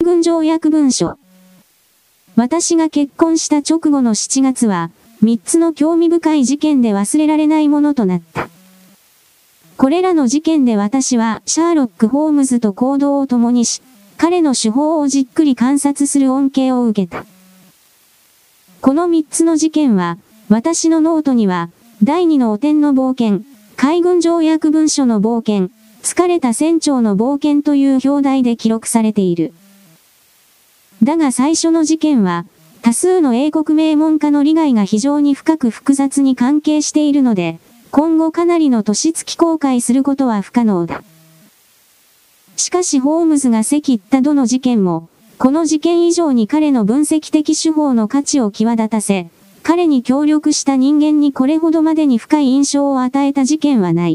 軍条約文書。私が結婚した直後の7月は、3つの興味深い事件で忘れられないものとなった。これらの事件で私はシャーロック・ホームズと行動を共にし、彼の手法をじっくり観察する恩恵を受けた。この3つの事件は、私のノートには、第2の汚点の冒険、海軍条約文書の冒険、疲れた船長の冒険という表題で記録されている。だが最初の事件は、多数の英国名門家の利害が非常に深く複雑に関係しているので、今後かなりの年月公開することは不可能だ。しかしホームズが席ったどの事件も、この事件以上に彼の分析的手法の価値を際立たせ、彼に協力した人間にこれほどまでに深い印象を与えた事件はない。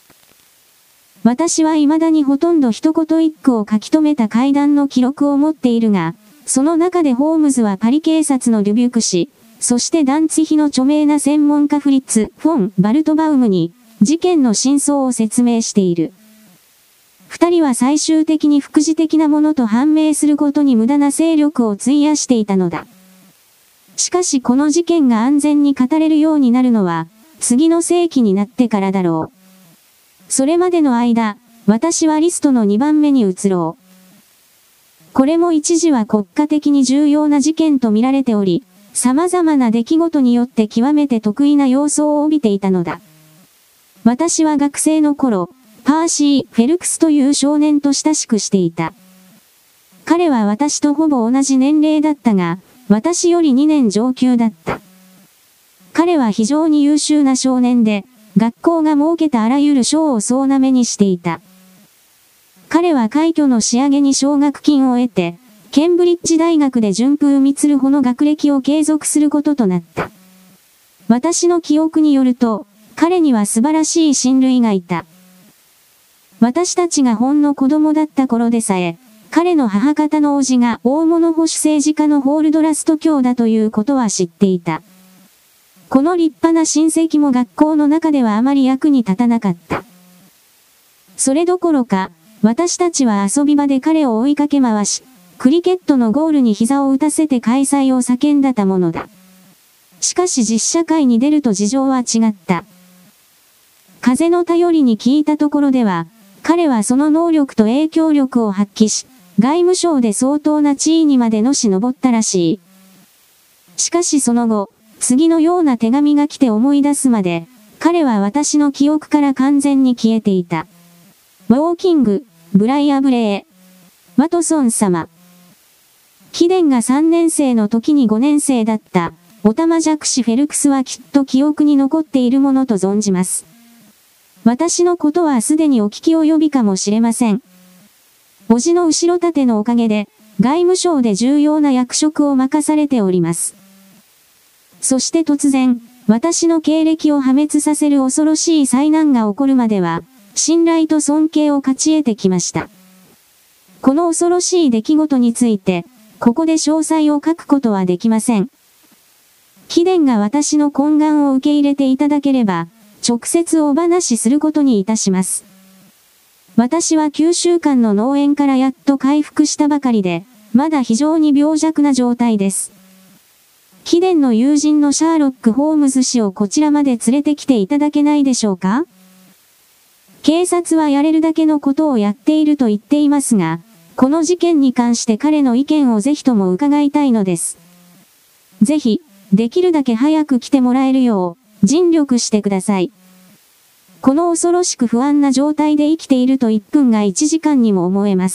私は未だにほとんど一言一句を書き留めた会談の記録を持っているが、その中でホームズはパリ警察のデュビュク氏、そしてダンツィヒの著名な専門家フリッツ・フォン・バルトバウムに、事件の真相を説明している。二人は最終的に副次的なものと判明することに無駄な勢力を費やしていたのだ。しかしこの事件が安全に語れるようになるのは、次の世紀になってからだろう。それまでの間、私はリストの2番目に移ろう。これも一時は国家的に重要な事件と見られており、様々な出来事によって極めて得意な様相を帯びていたのだ。私は学生の頃、パーシー・フェルクスという少年と親しくしていた。彼は私とほぼ同じ年齢だったが、私より2年上級だった。彼は非常に優秀な少年で、学校が設けたあらゆる賞を総なめにしていた。彼は快挙の仕上げに奨学金を得て、ケンブリッジ大学で順風満るほど学歴を継続することとなった。私の記憶によると、彼には素晴らしい親類がいた。私たちがほんの子供だった頃でさえ、彼の母方の叔父が大物保守政治家のホールドラスト卿だということは知っていた。この立派な親戚も学校の中ではあまり役に立たなかった。それどころか、私たちは遊び場で彼を追いかけ回し、クリケットのゴールに膝を打たせて開催を叫んだたものだ。しかし実社会に出ると事情は違った。風の頼りに聞いたところでは、彼はその能力と影響力を発揮し、外務省で相当な地位にまでのし上ったらしい。しかしその後、次のような手紙が来て思い出すまで、彼は私の記憶から完全に消えていた。ウォーキング、ブライアブレー。ワトソン様。貴殿が3年生の時に5年生だった、オタマジャクシ・フェルクスはきっと記憶に残っているものと存じます。私のことはすでにお聞き及びかもしれません。叔父の後ろ盾のおかげで、外務省で重要な役職を任されております。そして突然、私の経歴を破滅させる恐ろしい災難が起こるまでは、信頼と尊敬を勝ち得てきました。この恐ろしい出来事について、ここで詳細を書くことはできません。貴殿が私の懇願を受け入れていただければ、直接お話しすることにいたします。私は9週間の脳炎からやっと回復したばかりで、まだ非常に病弱な状態です。貴殿の友人のシャーロック・ホームズ氏をこちらまで連れてきていただけないでしょうか？警察はやれるだけのことをやっていると言っていますが、この事件に関して彼の意見をぜひとも伺いたいのです。ぜひ、できるだけ早く来てもらえるよう、尽力してください。この恐ろしく不安な状態で生きていると1分が1時間にも思えます。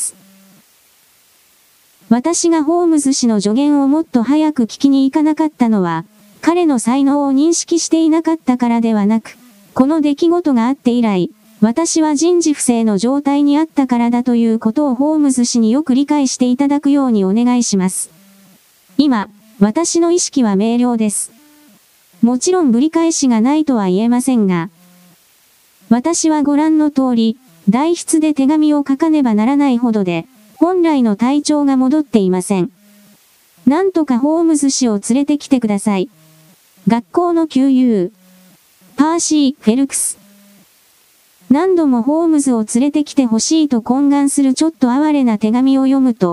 私がホームズ氏の助言をもっと早く聞きに行かなかったのは、彼の才能を認識していなかったからではなく、この出来事があって以来、私は人事不正の状態にあったからだということをホームズ氏によく理解していただくようにお願いします。今、私の意識は明瞭です。もちろんぶり返しがないとは言えませんが、私はご覧の通り、代筆で手紙を書かねばならないほどで、本来の体調が戻っていません。なんとかホームズ氏を連れてきてください。学校の旧友。パーシー・フェルクス。何度もホームズを連れてきてほしいと懇願するちょっと哀れな手紙を読むと、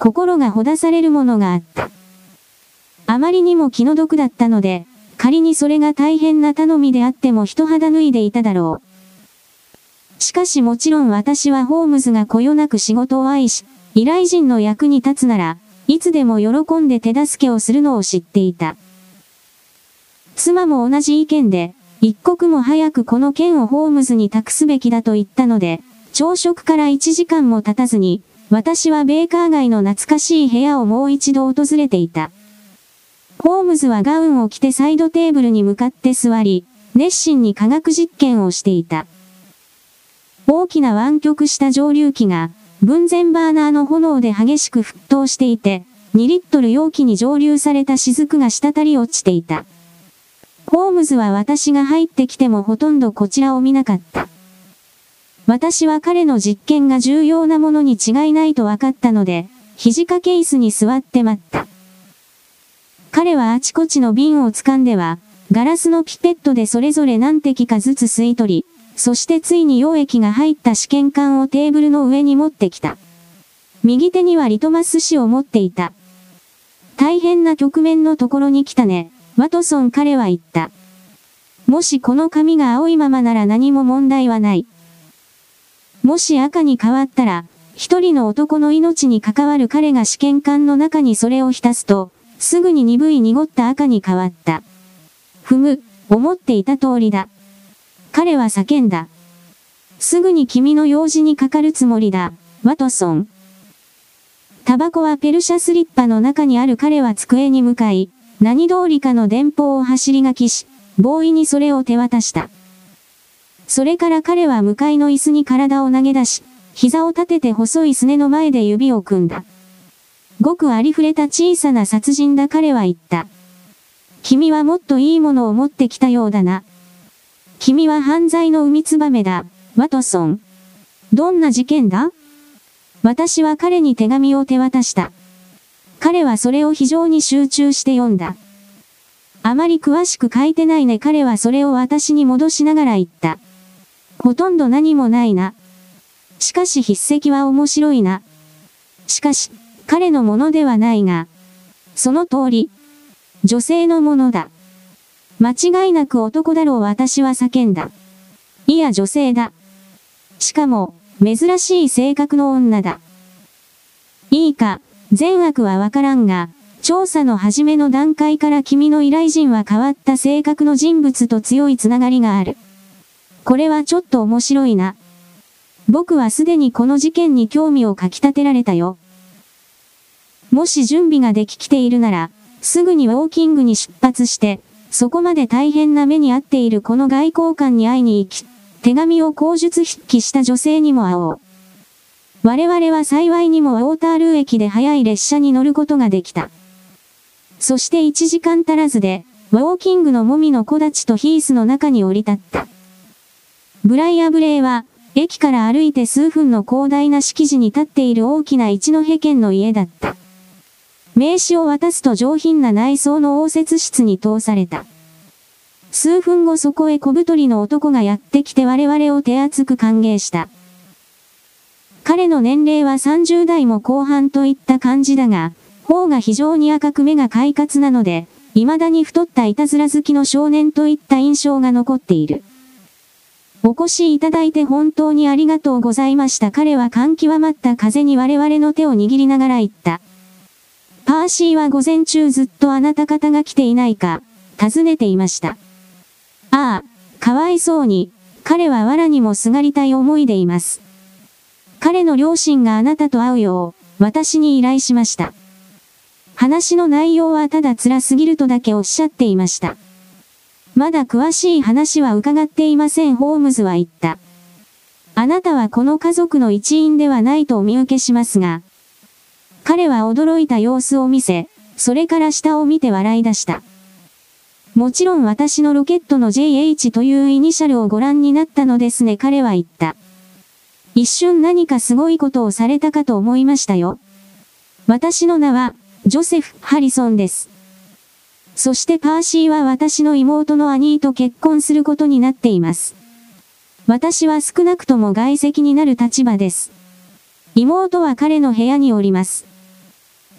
心がほだされるものがあった。あまりにも気の毒だったので、仮にそれが大変な頼みであっても一肌脱いでいただろう。しかしもちろん私はホームズがこよなく仕事を愛し、依頼人の役に立つなら、いつでも喜んで手助けをするのを知っていた。妻も同じ意見で、一刻も早くこの件をホームズに託すべきだと言ったので、朝食から1時間も経たずに、私はベーカー街の懐かしい部屋をもう一度訪れていた。ホームズはガウンを着てサイドテーブルに向かって座り、熱心に科学実験をしていた。大きな湾曲した蒸留機が、ブンゼンバーナーの炎で激しく沸騰していて、2リットル容器に蒸留された雫が滴り落ちていた。ホームズは私が入ってきてもほとんどこちらを見なかった。私は彼の実験が重要なものに違いないと分かったので、肘掛け椅子に座って待った。彼はあちこちの瓶を掴んでは、ガラスのピペットでそれぞれ何滴かずつ吸い取り、そしてついに溶液が入った試験管をテーブルの上に持ってきた。右手にはリトマス紙を持っていた。大変な局面のところに来たね、ワトソン彼は言った。もしこの紙が青いままなら何も問題はない。もし赤に変わったら、一人の男の命に関わる彼が試験管の中にそれを浸すと、すぐに鈍い濁った赤に変わった。思っていた通りだ。彼は叫んだ。すぐに君の用事にかかるつもりだ、ワトソン。タバコはペルシャスリッパの中にある彼は机に向かい、何通りかの電報を走り書きし、ボーイにそれを手渡した。それから彼は向かいの椅子に体を投げ出し、膝を立てて細いすねの前で指を組んだ。ごくありふれた小さな殺人だ彼は言った。君はもっといいものを持ってきたようだな。君は犯罪の海つばめだ、ワトソン。どんな事件だ？私は彼に手紙を手渡した。彼はそれを非常に集中して読んだ。あまり詳しく書いてないね。彼はそれを私に戻しながら言った。ほとんど何もないな。しかし筆跡は面白いな。しかし、彼のものではないが。その通り。女性のものだ。間違いなく男だろう私は叫んだ。いや女性だ。しかも、珍しい性格の女だ。いいか、善悪はわからんが、調査の初めの段階から君の依頼人は変わった性格の人物と強いつながりがある。これはちょっと面白いな。僕はすでにこの事件に興味をかき立てられたよ。もし準備ができているなら、すぐにウォーキングに出発して、そこまで大変な目に遭っているこの外交官に会いに行き、手紙を口述筆記した女性にも会おう。我々は幸いにもウォータールー駅で早い列車に乗ることができた。そして1時間足らずで、ウォーキングのもみの木立とヒースの中に降り立った。ブライアブレイは、駅から歩いて数分の広大な敷地に立っている大きな一戸県の家だった。名刺を渡すと上品な内装の応接室に通された。数分後そこへ小太りの男がやってきて我々を手厚く歓迎した。彼の年齢は30代も後半といった感じだが、頬が非常に赤く目が快活なので、未だに太ったいたずら好きの少年といった印象が残っている。お越しいただいて本当にありがとうございました。彼は感極まった風に我々の手を握りながら言った。パーシーは午前中ずっとあなた方が来ていないか、尋ねていました。ああ、かわいそうに、彼は藁にもすがりたい思いでいます。彼の両親があなたと会うよう、私に依頼しました。話の内容はただ辛すぎるとだけおっしゃっていました。まだ詳しい話は伺っていません。ホームズは言った。あなたはこの家族の一員ではないとお見受けしますが、彼は驚いた様子を見せ、それから下を見て笑い出した。もちろん私のロケットの JH というイニシャルをご覧になったのですね。彼は言った。一瞬何かすごいことをされたかと思いましたよ。私の名は、ジョセフ・ハリソンです。そしてパーシーは私の妹のアニーと結婚することになっています。私は少なくとも外籍になる立場です。妹は彼の部屋におります。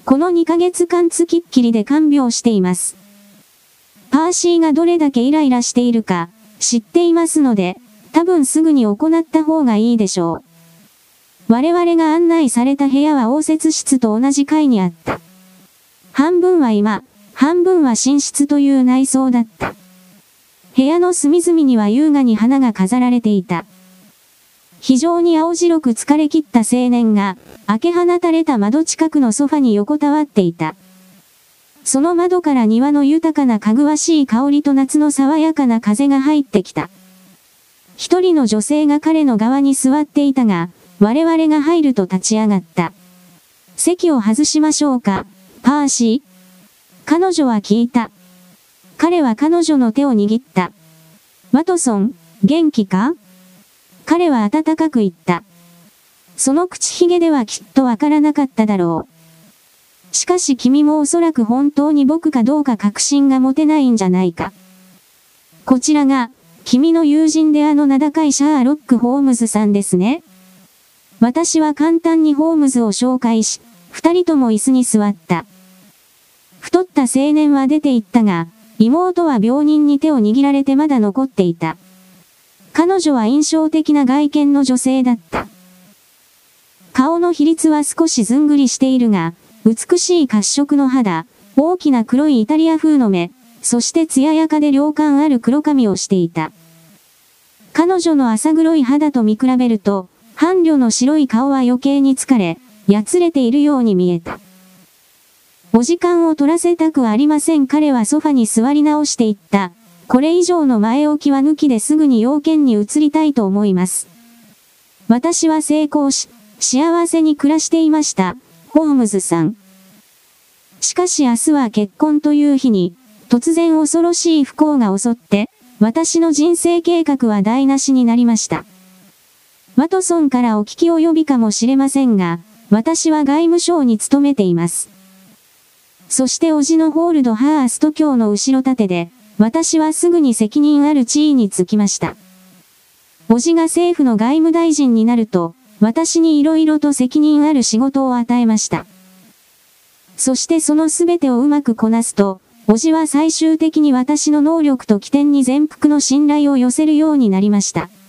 この2ヶ月間つきっきりで看病しています。パーシーがどれだけイライラしているか知っていますので、多分すぐに行った方がいいでしょう。我々が案内された部屋は応接室と同じ階にあった。半分は居間、半分は寝室という内装だった。部屋の隅々には優雅に花が飾られていた。非常に青白く疲れ切った青年が、開け放たれた窓近くのソファに横たわっていた。その窓から庭の豊かなかぐわしい香りと夏の爽やかな風が入ってきた。一人の女性が彼の側に座っていたが、我々が入ると立ち上がった。席を外しましょうか、パーシー。彼女は聞いた。彼は彼女の手を握った。ワトソン、元気か？彼は温かく言った。その口ひげではきっとわからなかっただろう。しかし君もおそらく本当に僕かどうか確信が持てないんじゃないか。こちらが、君の友人で名高いシャーロック・ホームズさんですね。私は簡単にホームズを紹介し、二人とも椅子に座った。太った青年は出て行ったが、妹は病人に手を握られてまだ残っていた。彼女は印象的な外見の女性だった。顔の比率は少しずんぐりしているが、美しい褐色の肌、大きな黒いイタリア風の目、そして艶やかで涼感ある黒髪をしていた。彼女の浅黒い肌と見比べると、伴侶の白い顔は余計に疲れ、やつれているように見えた。お時間を取らせたくはありません。彼はソファに座り直していった。これ以上の前置きは抜きですぐに要件に移りたいと思います。私は成功し、幸せに暮らしていました、ホームズさん。しかし明日は結婚という日に、突然恐ろしい不幸が襲って、私の人生計画は台無しになりました。ワトソンからお聞き及びかもしれませんが、私は外務省に勤めています。そして叔父のホールド・ハースト卿の後ろ盾で、私はすぐに責任ある地位につきました。叔父が政府の外務大臣になると、私に色々と責任ある仕事を与えました。そしてそのすべてをうまくこなすと、叔父は最終的に私の能力と起点に全幅の信頼を寄せるようになりました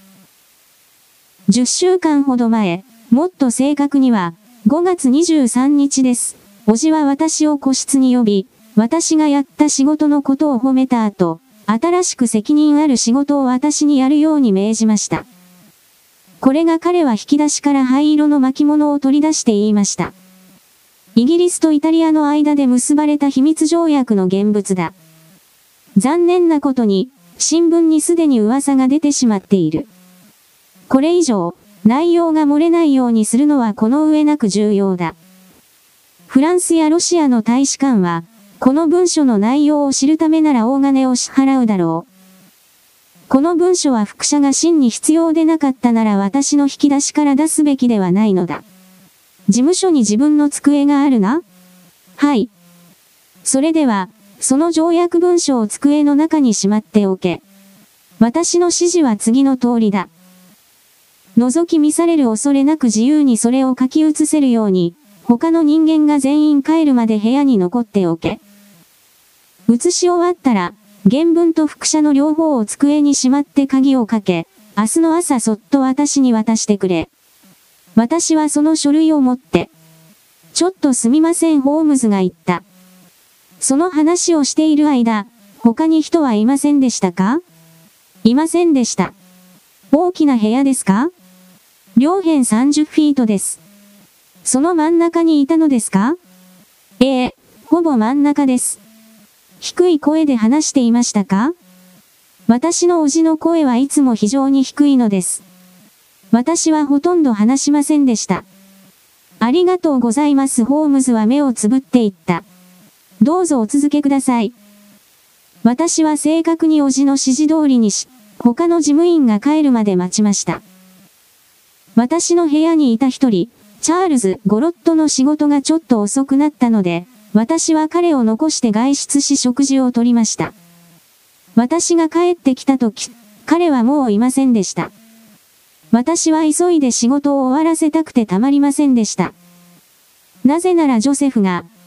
。10週間ほど前、もっと正確には、5月23日です。叔父は私を個室に呼び、私がやった仕事のことを褒めた後、新しく責任ある仕事を私にやるように命じました。これが彼は引き出しから灰色の巻物を取り出して言いました。イギリスとイタリアの間で結ばれた秘密条約の現物だ。残念なことに、新聞にすでに噂が出てしまっている。これ以上、内容が漏れないようにするのはこの上なく重要だ。フランスやロシアの大使館は、この文書の内容を知るためなら大金を支払うだろう。この文書は複写が真に必要でなかったなら私の引き出しから出すべきではないのだ。事務所に自分の机があるな？はい。それでは、その条約文書を机の中にしまっておけ。私の指示は次の通りだ。覗き見される恐れなく自由にそれを書き写せるように、他の人間が全員帰るまで部屋に残っておけ。写し終わったら、原文と複写の両方を机にしまって鍵をかけ、明日の朝そっと私に渡してくれ。私はその書類を持って。ちょっとすみません、ホームズが言った。その話をしている間、他に人はいませんでしたか？いませんでした。大きな部屋ですか？両辺30フィートです。その真ん中にいたのですか？ほぼ真ん中です。低い声で話していましたか？私の叔父の声はいつも非常に低いのです。私はほとんど話しませんでした。ありがとうございます。ホームズは目をつぶって言った。どうぞお続けください。私は正確に叔父の指示通りにし、他の事務員が帰るまで待ちました。私の部屋にいた一人、チャールズ・ゴロットの仕事がちょっと遅くなったので、私は彼を残して外出し食事をとりました。私が帰ってきたとき、彼はもういませんでした。私は急いで仕事を終わらせたくてたまりませんでした。なぜならジョセフが、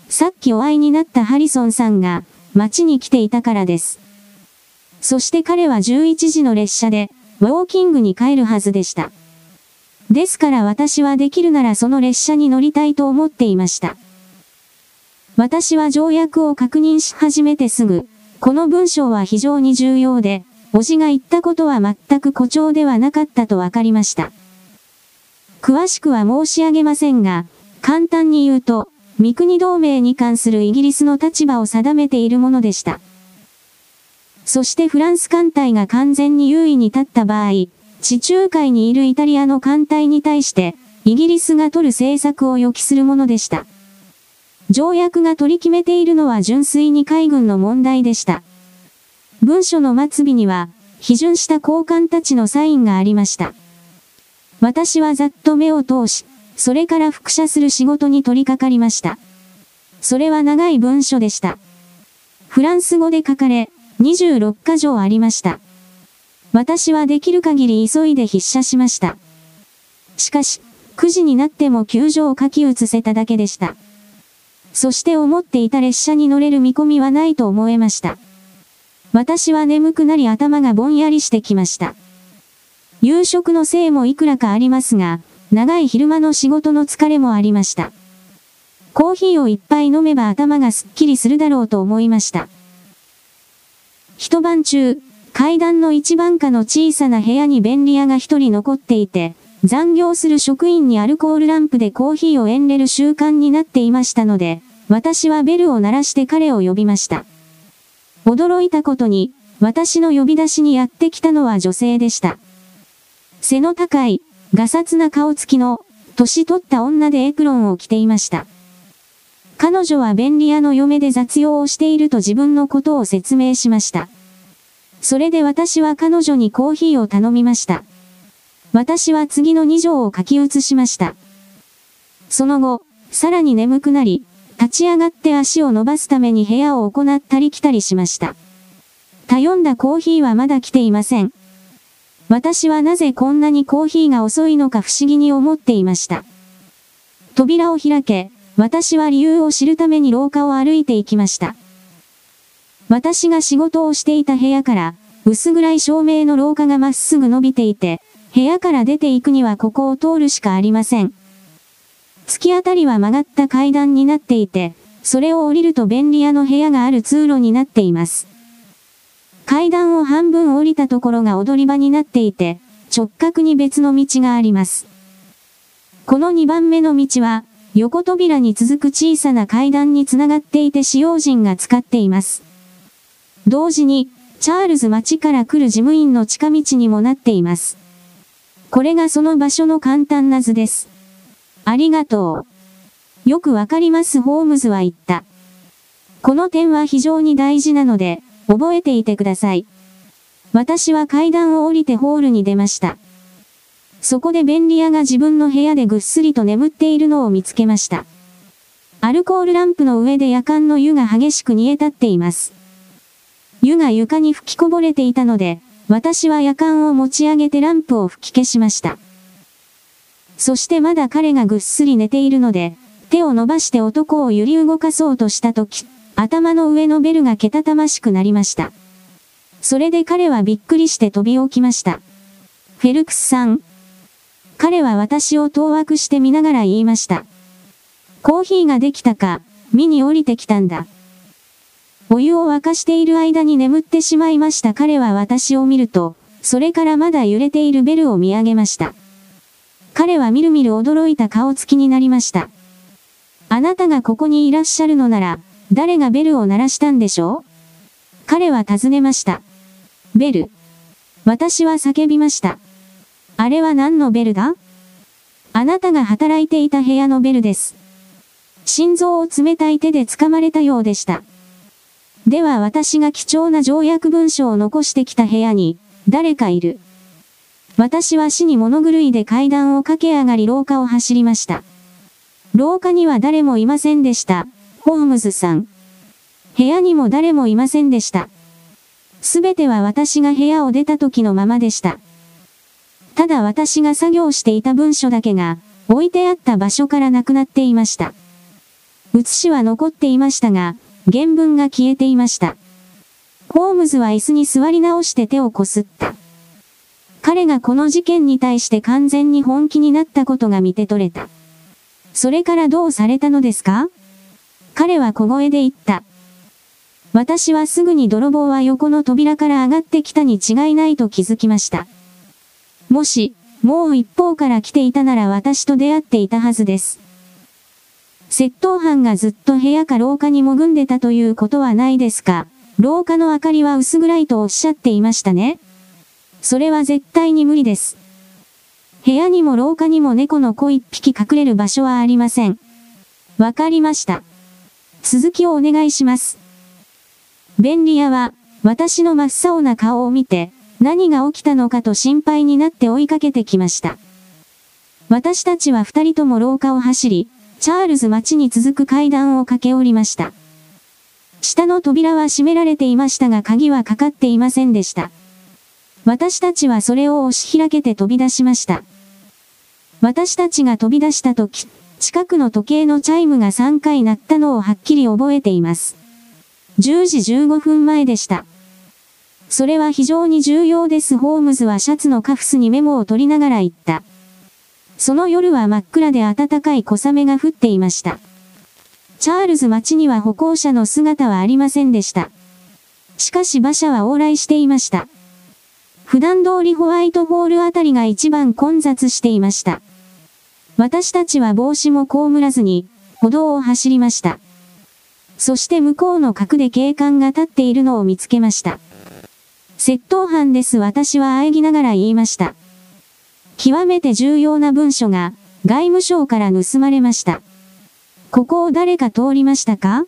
さっきお会いになったハリソンさんが街に来ていたからです。そして彼は11時の列車でウォーキングに帰るはずでした。ですから私はできるならその列車に乗りたいと思っていました。私は条約を確認し始めてすぐ、この文章は非常に重要で、叔父が言ったことは全く誇張ではなかったとわかりました。詳しくは申し上げませんが、簡単に言うと、三国同盟に関するイギリスの立場を定めているものでした。そしてフランス艦隊が完全に優位に立った場合、地中海にいるイタリアの艦隊に対して、イギリスが取る政策を予期するものでした。条約が取り決めているのは純粋に海軍の問題でした。文書の末尾には、批准した高官たちのサインがありました。私はざっと目を通し、それから複写する仕事に取り掛かりました。それは長い文書でした。フランス語で書かれ、26か条ありました。私はできる限り急いで筆写しました。しかし、9時になっても9条を書き写せただけでした。そして思っていた列車に乗れる見込みはないと思えました。私は眠くなり頭がぼんやりしてきました。夕食のせいもいくらかありますが、長い昼間の仕事の疲れもありました。コーヒーを一杯飲めば頭がすっきりするだろうと思いました。一晩中、階段の一番下の小さな部屋に便利屋が一人残っていて、残業する職員にアルコールランプでコーヒーを淹れる習慣になっていましたので、私はベルを鳴らして彼を呼びました。驚いたことに、私の呼び出しにやってきたのは女性でした。背の高い、がさつな顔つきの、年取った女でエプロンを着ていました。彼女は便利屋の嫁で雑用をしていると自分のことを説明しました。それで私は彼女にコーヒーを頼みました。私は次の2条を書き写しました。その後、さらに眠くなり、立ち上がって足を伸ばすために部屋を行ったり来たりしました。頼んだコーヒーはまだ来ていません。私はなぜこんなにコーヒーが遅いのか不思議に思っていました。扉を開け、私は理由を知るために廊下を歩いて行きました。私が仕事をしていた部屋から、薄暗い照明の廊下がまっすぐ伸びていて、部屋から出て行くにはここを通るしかありません。突き当たりは曲がった階段になっていて、それを降りると便利屋の部屋がある通路になっています。階段を半分降りたところが踊り場になっていて、直角に別の道があります。この2番目の道は、横扉に続く小さな階段につながっていて使用人が使っています。同時に、チャールズ町から来る事務員の近道にもなっています。これがその場所の簡単な図です。ありがとう。よくわかります、ホームズは言った。この点は非常に大事なので、覚えていてください。私は階段を降りてホールに出ました。そこで便利屋が自分の部屋でぐっすりと眠っているのを見つけました。アルコールランプの上で夜間の湯が激しく煮え立っています。湯が床に吹きこぼれていたので、私は夜間を持ち上げてランプを吹き消しました。そしてまだ彼がぐっすり寝ているので、手を伸ばして男を揺り動かそうとしたとき、頭の上のベルがけたたましくなりました。それで彼はびっくりして飛び起きました。フェルクスさん。彼は私を当惑して見ながら言いました。コーヒーができたか、見に降りてきたんだ。お湯を沸かしている間に眠ってしまいました。彼は私を見ると、それからまだ揺れているベルを見上げました。彼はみるみる驚いた顔つきになりました。あなたがここにいらっしゃるのなら、誰がベルを鳴らしたんでしょう？彼は尋ねました。ベル。私は叫びました。あれは何のベルだ？あなたが働いていた部屋のベルです。心臓を冷たい手で掴まれたようでした。では私が貴重な条約文書を残してきた部屋に、誰かいる。私は死に物狂いで階段を駆け上がり廊下を走りました。廊下には誰もいませんでした。ホームズさん。部屋にも誰もいませんでした。すべては私が部屋を出た時のままでした。ただ私が作業していた文書だけが、置いてあった場所からなくなっていました。 写しは残っていましたが、原文が消えていました。ホームズは椅子に座り直して手をこすった。彼がこの事件に対して完全に本気になったことが見て取れた。それからどうされたのですか？彼は小声で言った。私はすぐに泥棒は横の扉から上がってきたに違いないと気づきました。もし、もう一方から来ていたなら私と出会っていたはずです。窃盗犯がずっと部屋か廊下に潜んでたということはないですか？廊下の明かりは薄暗いとおっしゃっていましたね。それは絶対に無理です。部屋にも廊下にも猫の子一匹隠れる場所はありません。わかりました。続きをお願いします。便利屋は、私の真っ青な顔を見て、何が起きたのかと心配になって追いかけてきました。私たちは二人とも廊下を走り、チャールズ町に続く階段を駆け下りました。下の扉は閉められていましたが鍵はかかっていませんでした。私たちはそれを押し開けて飛び出しました。私たちが飛び出したとき、近くの時計のチャイムが3回鳴ったのをはっきり覚えています。10時15分前でした。それは非常に重要です。ホームズはシャツのカフスにメモを取りながら言った。その夜は真っ暗で暖かい小雨が降っていました。チャールズ町には歩行者の姿はありませんでした。しかし馬車は往来していました。普段通りホワイトホールあたりが一番混雑していました。私たちは帽子も被らずに、歩道を走りました。そして向こうの角で警官が立っているのを見つけました。窃盗犯です。私は喘ぎながら言いました。極めて重要な文書が、外務省から盗まれました。ここを誰か通りましたか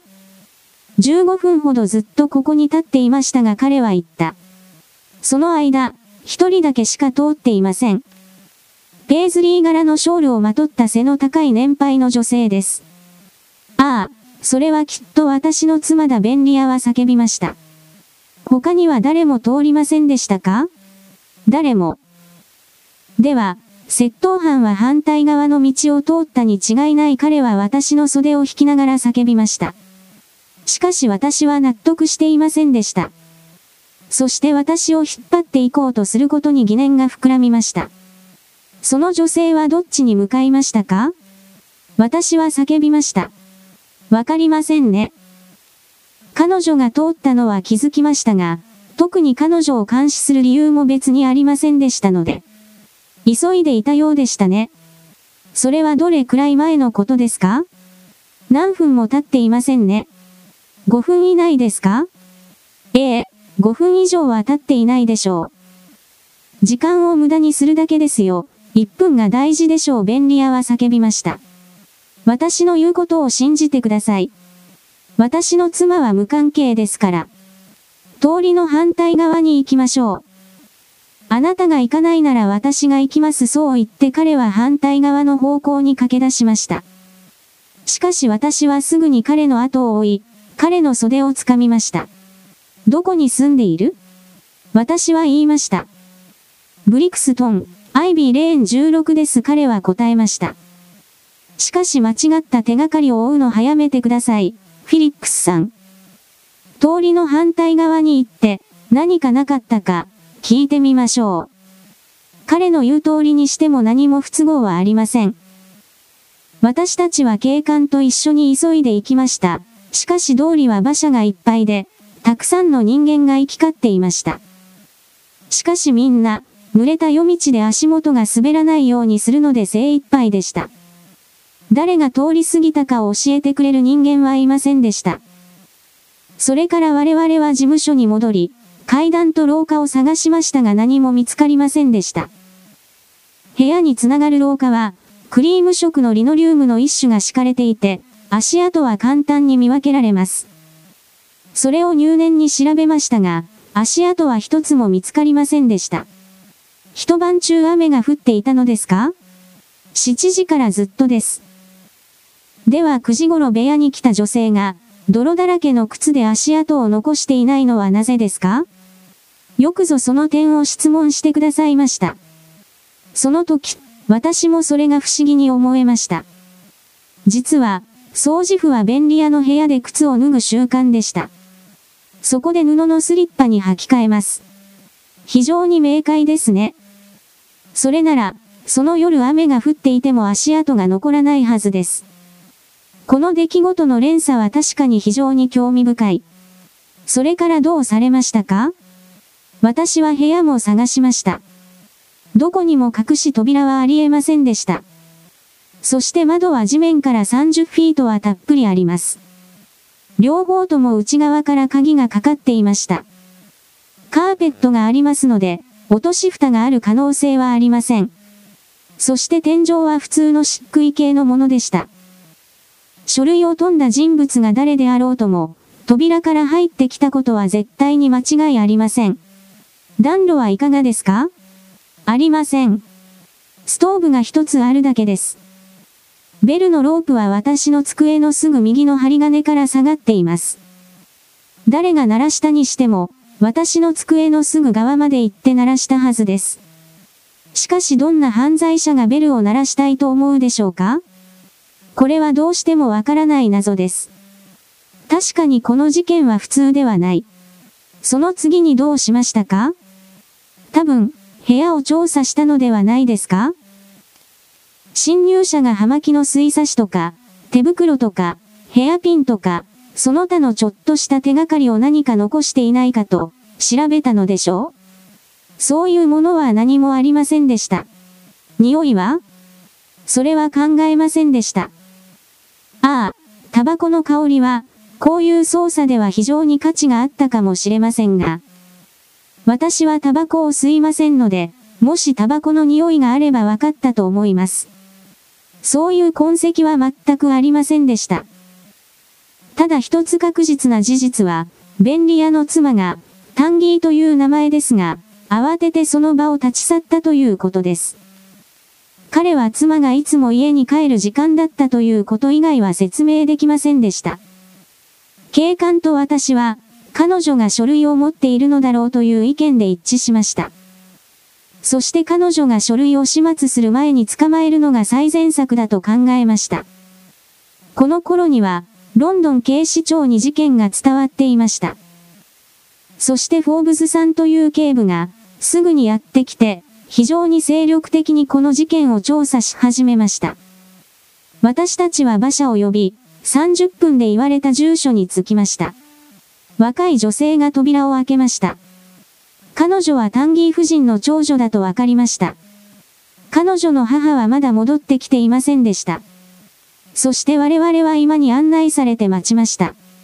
？15分ほどずっとここに立っていましたが彼は言った。その間、一人だけしか通っていません。ペーズリー柄のショールをまとった背の高い年配の女性です。ああ、それはきっと私の妻だ。便利屋は叫びました。他には誰も通りませんでしたか？誰も。では、窃盗犯は反対側の道を通ったに違いない。彼は私の袖を引きながら叫びました。しかし私は納得していませんでした。そして私を引っ張っていこうとすることに疑念が膨らみました。その女性はどっちに向かいましたか？私は叫びました。わかりませんね。彼女が通ったのは気づきましたが、特に彼女を監視する理由も別にありませんでしたので。急いでいたようでしたね。それはどれくらい前のことですか？何分も経っていませんね。5分以内ですか？ええ、5分以上は経っていないでしょう。時間を無駄にするだけですよ。1分が大事でしょう。便利屋は叫びました。私の言うことを信じてください。私の妻は無関係ですから。通りの反対側に行きましょう。あなたが行かないなら私が行きます。そう言って彼は反対側の方向に駆け出しました。しかし私はすぐに彼の後を追い、彼の袖をつかみました。どこに住んでいる？私は言いました。ブリクストン、アイビーレーン16です。彼は答えました。しかし間違った手がかりを追うの早めてください、フィリックスさん。通りの反対側に行って、何かなかったか、聞いてみましょう。彼の言う通りにしても何も不都合はありません。私たちは警官と一緒に急いで行きました。しかし通りは馬車がいっぱいで、たくさんの人間が行き交っていました。しかしみんな、濡れた夜道で足元が滑らないようにするので精一杯でした。誰が通り過ぎたかを教えてくれる人間はいませんでした。それから我々は事務所に戻り、階段と廊下を探しましたが何も見つかりませんでした。部屋につながる廊下は、クリーム色のリノリウムの一種が敷かれていて、足跡は簡単に見分けられます。それを入念に調べましたが、足跡は一つも見つかりませんでした。一晩中雨が降っていたのですか？7時からずっとです。では9時頃部屋に来た女性が、泥だらけの靴で足跡を残していないのはなぜですか？よくぞその点を質問してくださいました。その時、私もそれが不思議に思えました。実は、 掃除婦は便利屋の部屋で靴を脱ぐ習慣でした。そこで布のスリッパに履き替えます。非常に明快ですね。それなら、その夜雨が降っていても足跡が残らないはずです。この出来事の連鎖は確かに非常に興味深い。それからどうされましたか？私は部屋も探しました。どこにも隠し扉はありえませんでした。そして窓は地面から30フィートはたっぷりあります。両方とも内側から鍵がかかっていました。カーペットがありますので、落とし蓋がある可能性はありません。そして天井は普通の漆喰系のものでした。書類を富んだ人物が誰であろうとも、扉から入ってきたことは絶対に間違いありません。暖炉はいかがですか？ありません。ストーブが一つあるだけです。ベルのロープは私の机のすぐ右の針金から下がっています。誰が鳴らしたにしても、私の机のすぐ側まで行って鳴らしたはずです。しかしどんな犯罪者がベルを鳴らしたいと思うでしょうか？これはどうしてもわからない謎です。確かにこの事件は普通ではない。その次にどうしましたか？多分、部屋を調査したのではないですか？侵入者が葉巻の水差しとか、手袋とか、ヘアピンとか、その他のちょっとした手がかりを何か残していないかと、調べたのでしょう？そういうものは何もありませんでした。匂いは？それは考えませんでした。ああ、タバコの香りは、こういう捜査では非常に価値があったかもしれませんが、私はタバコを吸いませんので、もしタバコの匂いがあれば分かったと思います。そういう痕跡は全くありませんでした。ただ一つ確実な事実は、便利屋の妻が、タンギーという名前ですが、慌ててその場を立ち去ったということです。彼は妻がいつも家に帰る時間だったということ以外は説明できませんでした。警官と私は、彼女が書類を持っているのだろうという意見で一致しました。そして彼女が書類を始末する前に捕まえるのが最善策だと考えました。この頃には、ロンドン警視庁に事件が伝わっていました。そしてフォーブズさんという警部が、すぐにやってきて、非常に精力的にこの事件を調査し始めました。私たちは馬車を呼び、30分で言われた住所に着きました。若い女性が扉を開けました。彼女はタンギー夫人の長女だと分かりました。彼女の母はまだ戻ってきていませんでした。そして我々は今に案内されて待ちました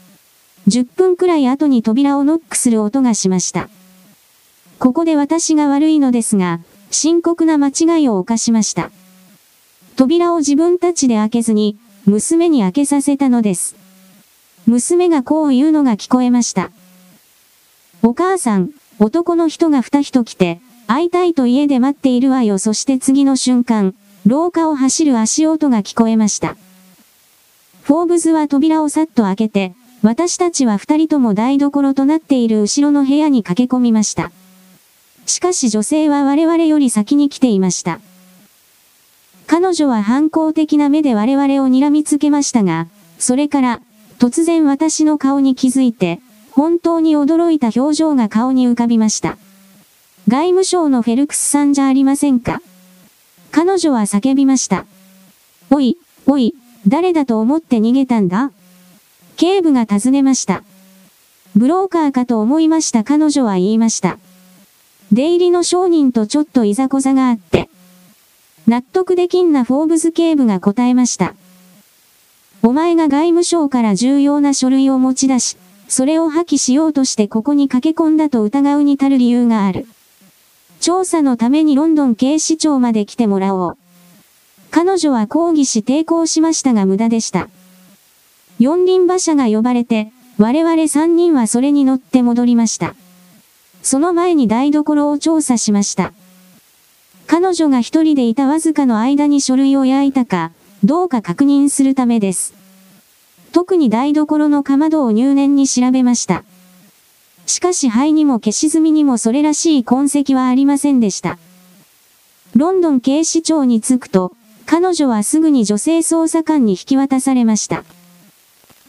。10分くらい後に扉をノックする音がしました。ここで私が悪いのですが、深刻な間違いを犯しました。扉を自分たちで開けずに、娘に開けさせたのです。娘がこう言うのが聞こえました。お母さん、男の人が二人来て、会いたいと家で待っているわよ。そして次の瞬間、廊下を走る足音が聞こえました。フォーブズは扉をさっと開けて、私たちは二人とも台所となっている後ろの部屋に駆け込みました。しかし女性は我々より先に来ていました。彼女は反抗的な目で我々を睨みつけましたが、それから、突然私の顔に気づいて、本当に驚いた表情が顔に浮かびました。外務省のフェルクスさんじゃありませんか。彼女は叫びました。おい、おい、誰だと思って逃げたんだ？警部が尋ねました。ブローカーかと思いました。彼女は言いました。出入りの商人とちょっといざこざがあって。納得できんなフォーブズ警部が答えました。お前が外務省から重要な書類を持ち出し、それを破棄しようとしてここに駆け込んだと疑うに足る理由がある。調査のためにロンドン警視庁まで来てもらおう。彼女は抗議し抵抗しましたが無駄でした。四輪馬車が呼ばれて、我々3人はそれに乗って戻りました。その前に台所を調査しました。彼女が一人でいたわずかの間に書類を焼いたか、どうか確認するためです。特に台所のかまどを入念に調べました。しかし灰にも消し炭にもそれらしい痕跡はありませんでした。ロンドン警視庁に着くと、彼女はすぐに女性捜査官に引き渡されました。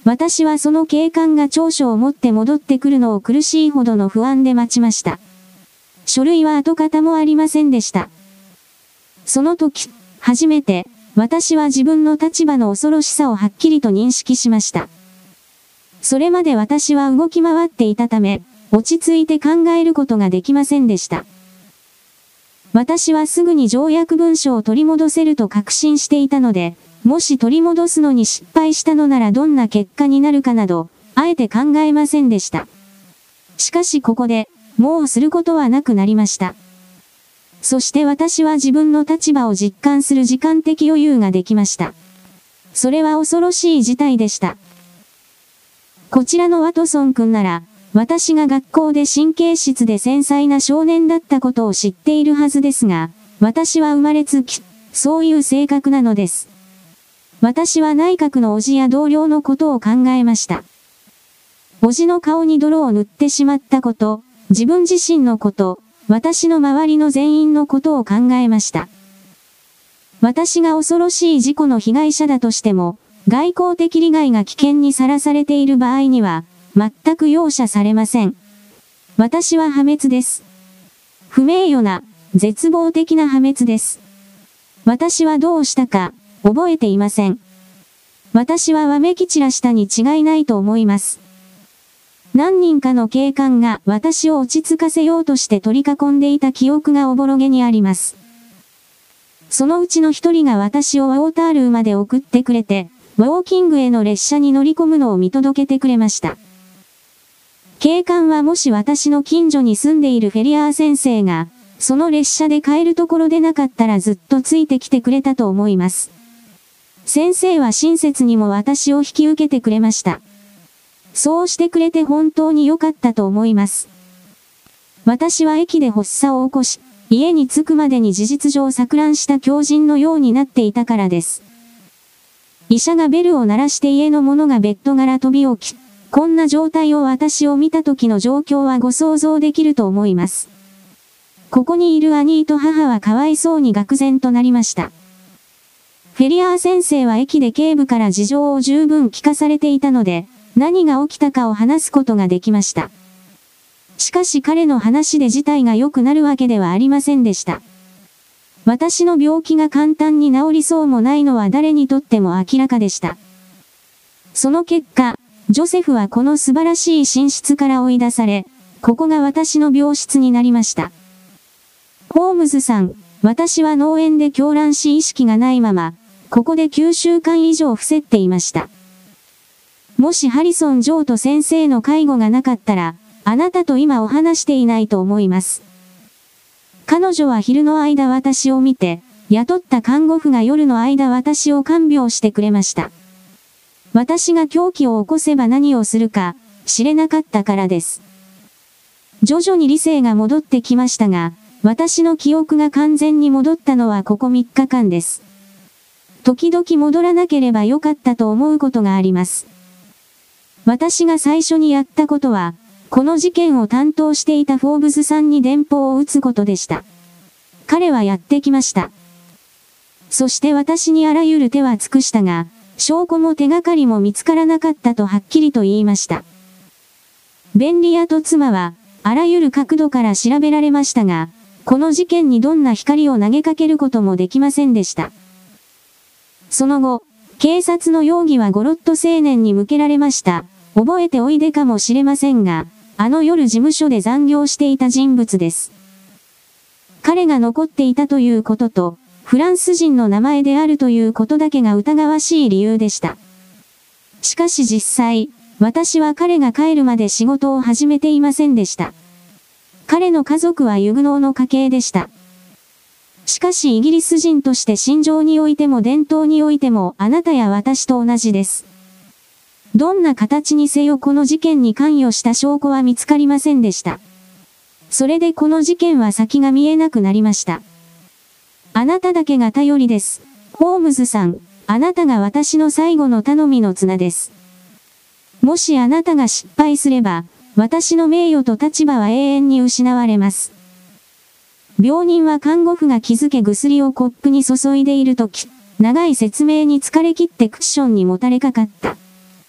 私はその警官が調書を持って戻ってくるのを苦しいほどの不安で待ちました。書類は跡形もありませんでした。その時、初めて、私は自分の立場の恐ろしさをはっきりと認識しました。それまで私は動き回っていたため、落ち着いて考えることができませんでした。私はすぐに条約文書を取り戻せると確信していたので、もし取り戻すのに失敗したのならどんな結果になるかなど、あえて考えませんでした。しかしここで、もうすることはなくなりました。そして私は自分の立場を実感する時間的余裕ができました。それは恐ろしい事態でした。こちらのワトソン君なら、私が学校で神経質で繊細な少年だったことを知っているはずですが、私は生まれつき、そういう性格なのです。私は内閣の叔父や同僚のことを考えました。叔父の顔に泥を塗ってしまったこと、自分自身のこと、私の周りの全員のことを考えました。私が恐ろしい事故の被害者だとしても、外交的利害が危険にさらされている場合には、全く容赦されません。私は破滅です。不名誉な、絶望的な破滅です。私はどうしたか、覚えていません。私はわめき散らしたに違いないと思います。何人かの警官が私を落ち着かせようとして取り囲んでいた記憶がおぼろげにあります。そのうちの一人が私をウォータールーまで送ってくれて、ウォーキングへの列車に乗り込むのを見届けてくれました。警官はもし私の近所に住んでいるフェリアー先生が、その列車で帰るところでなかったらずっとついてきてくれたと思います。先生は親切にも私を引き受けてくれました。そうしてくれて本当に良かったと思います。私は駅で発作を起こし、家に着くまでに事実上錯乱した狂人のようになっていたからです。医者がベルを鳴らして家の者がベッドから飛び起き、こんな状態を私を見た時の状況はご想像できると思います。ここにいる兄と母はかわいそうに愕然となりました。フェリアー先生は駅で警部から事情を十分聞かされていたので、何が起きたかを話すことができました。しかし彼の話で事態が良くなるわけではありませんでした。私の病気が簡単に治りそうもないのは誰にとっても明らかでした。その結果、ジョセフはこの素晴らしい寝室から追い出され、ここが私の病室になりました。ホームズさん、私は脳炎で狂乱し意識がないまま、ここで9週間以上伏せっていました。もしハリソン・ジョーと先生の介護がなかったら、あなたと今お話していないと思います。彼女は昼の間私を見て、雇った看護婦が夜の間私を看病してくれました。私が狂気を起こせば何をするか、知れなかったからです。徐々に理性が戻ってきましたが、私の記憶が完全に戻ったのはここ3日間です。時々戻らなければよかったと思うことがあります。私が最初にやったことは、この事件を担当していたフォーブズさんに電報を打つことでした。彼はやってきました。そして私にあらゆる手は尽くしたが、証拠も手がかりも見つからなかったとはっきりと言いました。ベンリアと妻は、あらゆる角度から調べられましたが、この事件にどんな光を投げかけることもできませんでした。その後、警察の容疑はゴロット青年に向けられました。覚えておいでかもしれませんが、あの夜事務所で残業していた人物です。彼が残っていたということと、フランス人の名前であるということだけが疑わしい理由でした。しかし実際、私は彼が帰るまで仕事を始めていませんでした。彼の家族はユグノーの家系でした。しかしイギリス人として心情においても伝統においてもあなたや私と同じです。どんな形にせよこの事件に関与した証拠は見つかりませんでした。それでこの事件は先が見えなくなりました。あなただけが頼りです。ホームズさん、あなたが私の最後の頼みの綱です。もしあなたが失敗すれば、私の名誉と立場は永遠に失われます。病人は看護婦が気づけ薬をコップに注いでいるとき、長い説明に疲れ切ってクッションにもたれかかった。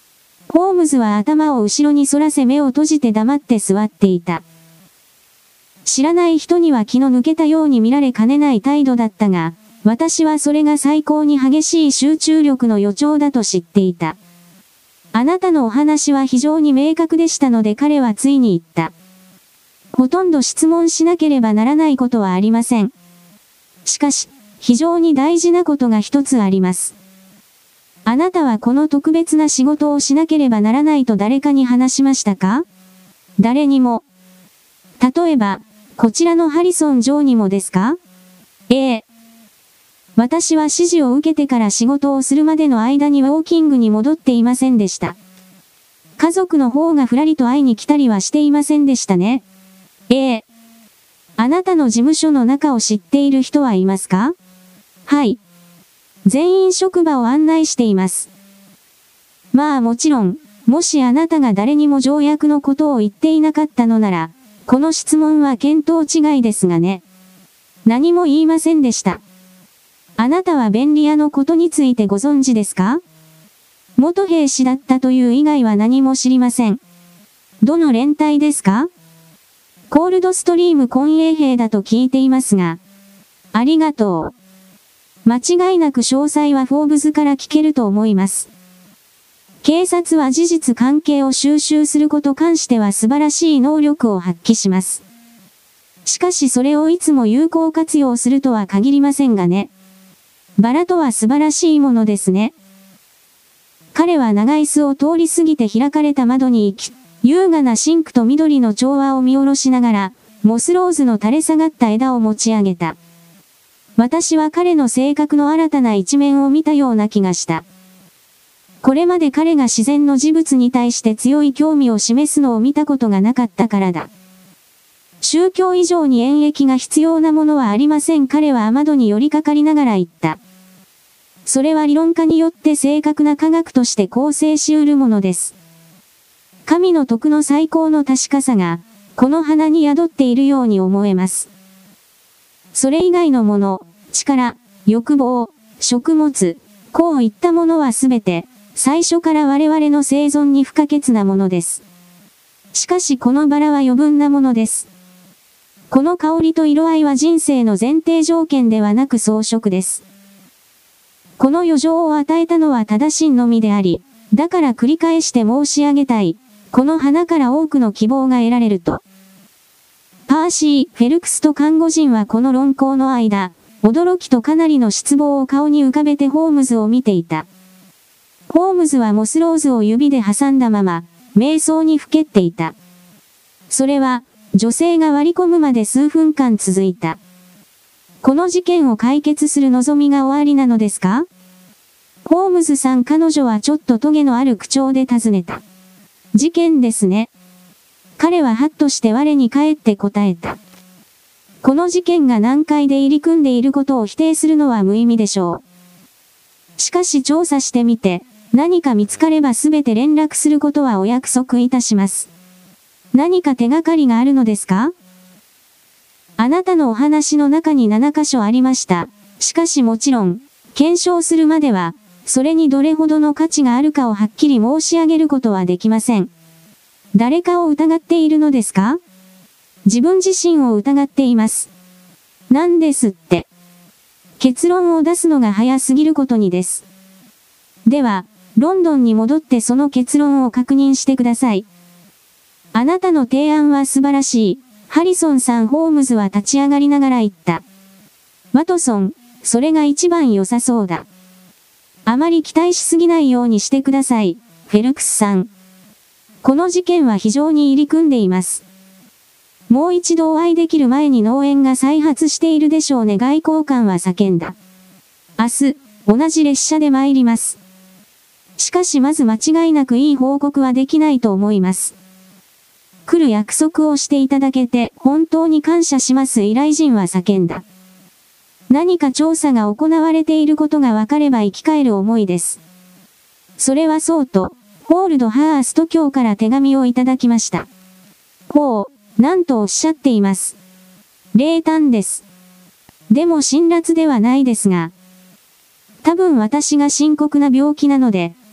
ホームズは頭を後ろに反らせ目を閉じて黙って座っていた。知らない人には気の抜けたように見られかねない態度だったが、私はそれが最高に激しい集中力の予兆だと知っていた。あなたのお話は非常に明確でしたので彼はついに言った。ほとんど質問しなければならないことはありません。しかし、非常に大事なことが一つあります。あなたはこの特別な仕事をしなければならないと誰かに話しましたか？誰にも。例えば、こちらのハリソン・ジョーにもですか？ええ。私は指示を受けてから仕事をするまでの間にウォーキングに戻っていませんでした。家族の方がふらりと会いに来たりはしていませんでしたね。ええ。あなたの事務所の中を知っている人はいますか？はい。全員職場を案内しています。まあもちろん、もしあなたが誰にも条約のことを言っていなかったのなら、この質問は見当違いですがね。何も言いませんでした。あなたは便利屋のことについてご存知ですか？元兵士だったという以外は何も知りません。どの連隊ですか？コールドストリーム混営兵だと聞いていますが。ありがとう。間違いなく詳細はフォーブズから聞けると思います。警察は事実関係を収集すること関しては素晴らしい能力を発揮します。しかしそれをいつも有効活用するとは限りませんがね。バラとは素晴らしいものですね。彼は長椅子を通り過ぎて開かれた窓に行き、優雅なシンクと緑の調和を見下ろしながら、モスローズの垂れ下がった枝を持ち上げた。私は彼の性格の新たな一面を見たような気がした。これまで彼が自然の事物に対して強い興味を示すのを見たことがなかったからだ。宗教以上に演疫が必要なものはありません。彼は雨戸に寄りかかりながら言った。それは理論家によって正確な科学として構成し得るものです。神の徳の最高の確かさが、この花に宿っているように思えます。それ以外のもの、力、欲望、食物、こういったものはすべて、最初から我々の生存に不可欠なものです。しかしこのバラは余分なものです。この香りと色合いは人生の前提条件ではなく装飾です。この余剰を与えたのは正しいのみであり、だから繰り返して申し上げたい。この花から多くの希望が得られると。パーシー・フェルクスと看護人はこの論考の間、驚きとかなりの失望を顔に浮かべてホームズを見ていた。ホームズはモスローズを指で挟んだまま、瞑想にふけっていた。それは、女性が割り込むまで数分間続いた。この事件を解決する望みがおありなのですか？ホームズさん、彼女はちょっとトゲのある口調で尋ねた。事件ですね。彼はハッとして我に返って答えた。この事件が難解で入り組んでいることを否定するのは無意味でしょう。しかし調査してみて、何か見つかればすべて連絡することはお約束いたします。何か手がかりがあるのですか？あなたのお話の中に7箇所ありました。しかしもちろん、検証するまでは、それにどれほどの価値があるかをはっきり申し上げることはできません。誰かを疑っているのですか？自分自身を疑っています。なんですって。結論を出すのが早すぎることにです。では、ロンドンに戻ってその結論を確認してください。あなたの提案は素晴らしい。ハリソンさん。ホームズは立ち上がりながら言った。ワトソン、それが一番良さそうだ。あまり期待しすぎないようにしてください、フェルクスさん。この事件は非常に入り組んでいます。もう一度お会いできる前に脳炎が再発しているでしょうね。外交官は叫んだ。明日、同じ列車で参ります。しかしまず間違いなくいい報告はできないと思います。来る約束をしていただけて本当に感謝します。依頼人は叫んだ。何か調査が行われていることが分かれば生き返る思いです。それはそうと、ホールド・ハースト卿から手紙をいただきました。ほう、なんとおっしゃっています。冷淡です。でも辛辣ではないですが、多分私が深刻な病気なので、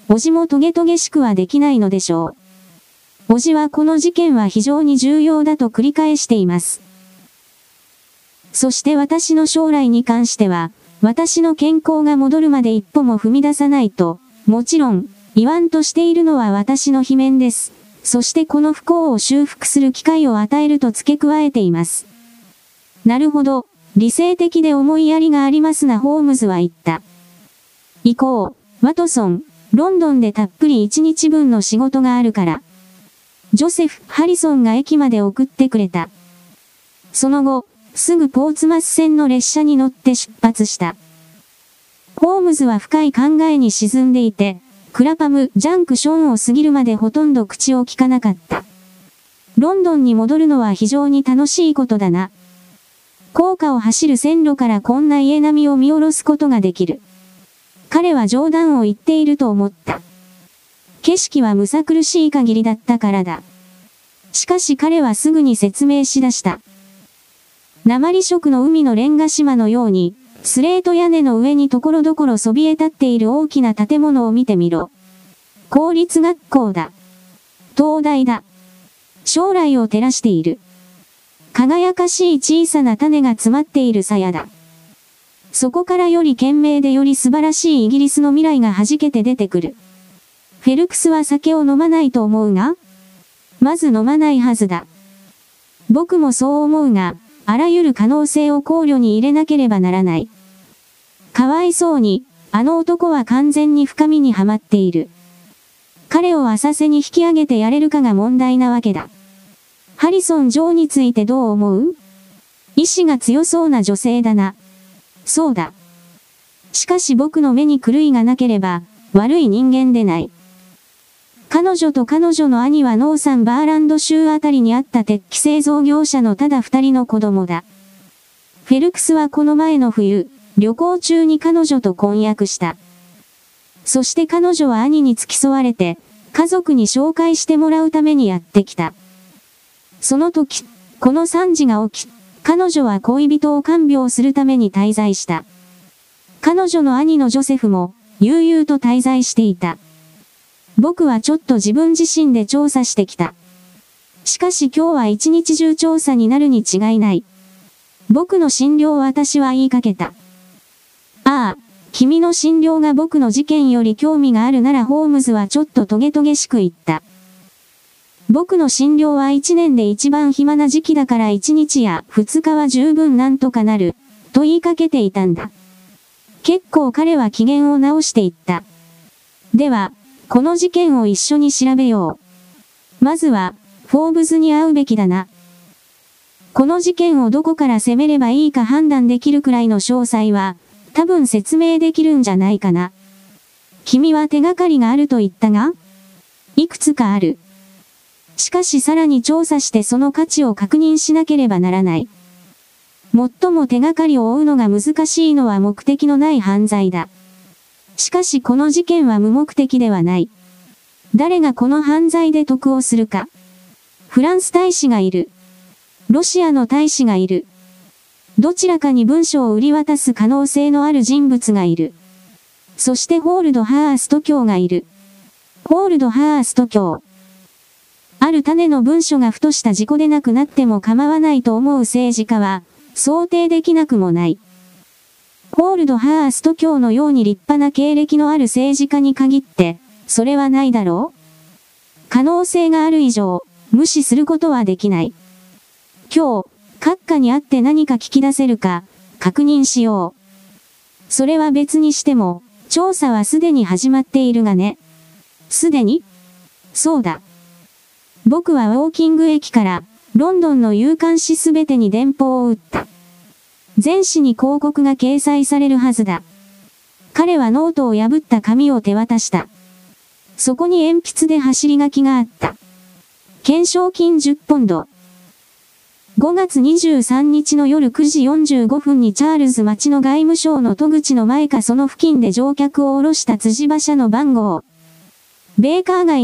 叔父もトゲトゲしくはできないのでしょう。叔父はこの事件は非常に重要だと繰り返しています。そして私の将来に関しては、私の健康が戻るまで一歩も踏み出さないと、もちろん、言わんとしているのは私の罷免です。そしてこの不幸を修復する機会を与えると付け加えています。なるほど、理性的で思いやりがありますな、ホームズは言った。行こう、ワトソン、ロンドンでたっぷり1日分の仕事があるから。ジョセフ・ハリソンが駅まで送ってくれた。その後、すぐポーツマス線の列車に乗って出発した。ホームズは深い考えに沈んでいて、クラパム・ジャンクションを過ぎるまでほとんど口を聞かなかった。ロンドンに戻るのは非常に楽しいことだな。高架を走る線路からこんな家並みを見下ろすことができる。彼は冗談を言っていると思った。景色はむさ苦しい限りだったからだ。しかし彼はすぐに説明しだした。鉛色の海のレンガ島のように、スレート屋根の上にところどころそびえ立っている大きな建物を見てみろ。公立学校だ。東大だ。将来を照らしている。輝かしい小さな種が詰まっている鞘だ。そこからより賢明でより素晴らしいイギリスの未来が弾けて出てくる。フェルクスは酒を飲まないと思うが？まず飲まないはずだ。僕もそう思うが、あらゆる可能性を考慮に入れなければならない。かわいそうに、あの男は完全に深みにはまっている。彼を浅瀬に引き上げてやれるかが問題なわけだ。ハリソン・ジョーについてどう思う？意志が強そうな女性だな。そうだ。しかし僕の目に狂いがなければ、悪い人間でない。彼女と彼女の兄はノーサンバーランド州あたりにあった鉄器製造業者のただ二人の子供だ。フェルクスはこの前の冬、旅行中に彼女と婚約した。そして彼女は兄に付き添われて、家族に紹介してもらうためにやってきた。その時、この惨事が起き、彼女は恋人を看病するために滞在した。彼女の兄のジョセフも、悠々と滞在していた。僕はちょっと自分自身で調査してきた。しかし今日は一日中調査になるに違いない。僕の診療を私は言いかけた。ああ、君の診療が僕の事件より興味があるならホームズはちょっとトゲトゲしく言った。僕の診療は一年で一番暇な時期だから1日や2日は十分なんとかなる、と言いかけていたんだ。結構彼は機嫌を直していった。では、この事件を一緒に調べよう。まずは、フォーブズに会うべきだな。この事件をどこから攻めればいいか判断できるくらいの詳細は、多分説明できるんじゃないかな。君は手がかりがあると言ったが？いくつかある。しかしさらに調査してその価値を確認しなければならない。最も手がかりを追うのが難しいのは目的のない犯罪だ。しかしこの事件は無目的ではない。誰がこの犯罪で得をするか。フランス大使がいる。ロシアの大使がいる。どちらかに文書を売り渡す可能性のある人物がいる。そしてホールド・ハースト卿がいる。ホールド・ハースト卿。ある種の文書がふとした事故でなくなっても構わないと思う政治家は、想定できなくもない。ホールド・ハースト卿のように立派な経歴のある政治家に限って、それはないだろう？可能性がある以上、無視することはできない。今日、閣下に会って何か聞き出せるか、確認しよう。それは別にしても、調査はすでに始まっているがね。すでに？そうだ。僕はウォーキング駅から、ロンドンの夕刊誌すべてに電報を打った。全紙に広告が掲載されるはずだ。彼はノートを破った紙を手渡した。そこに鉛筆で走り書きがあった。懸賞金10ポンド。5月23日の夜9時45分にチャールズ町の外務省の戸口の前かその付近で乗客を降ろした辻馬車の番号。ベーカー街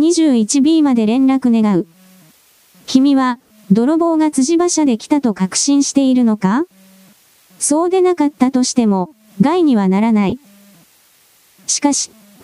221B まで連絡願う。君は、泥棒が辻馬車で来たと確信しているのか？そうでなかったとしても、害にはならない。しかし、フ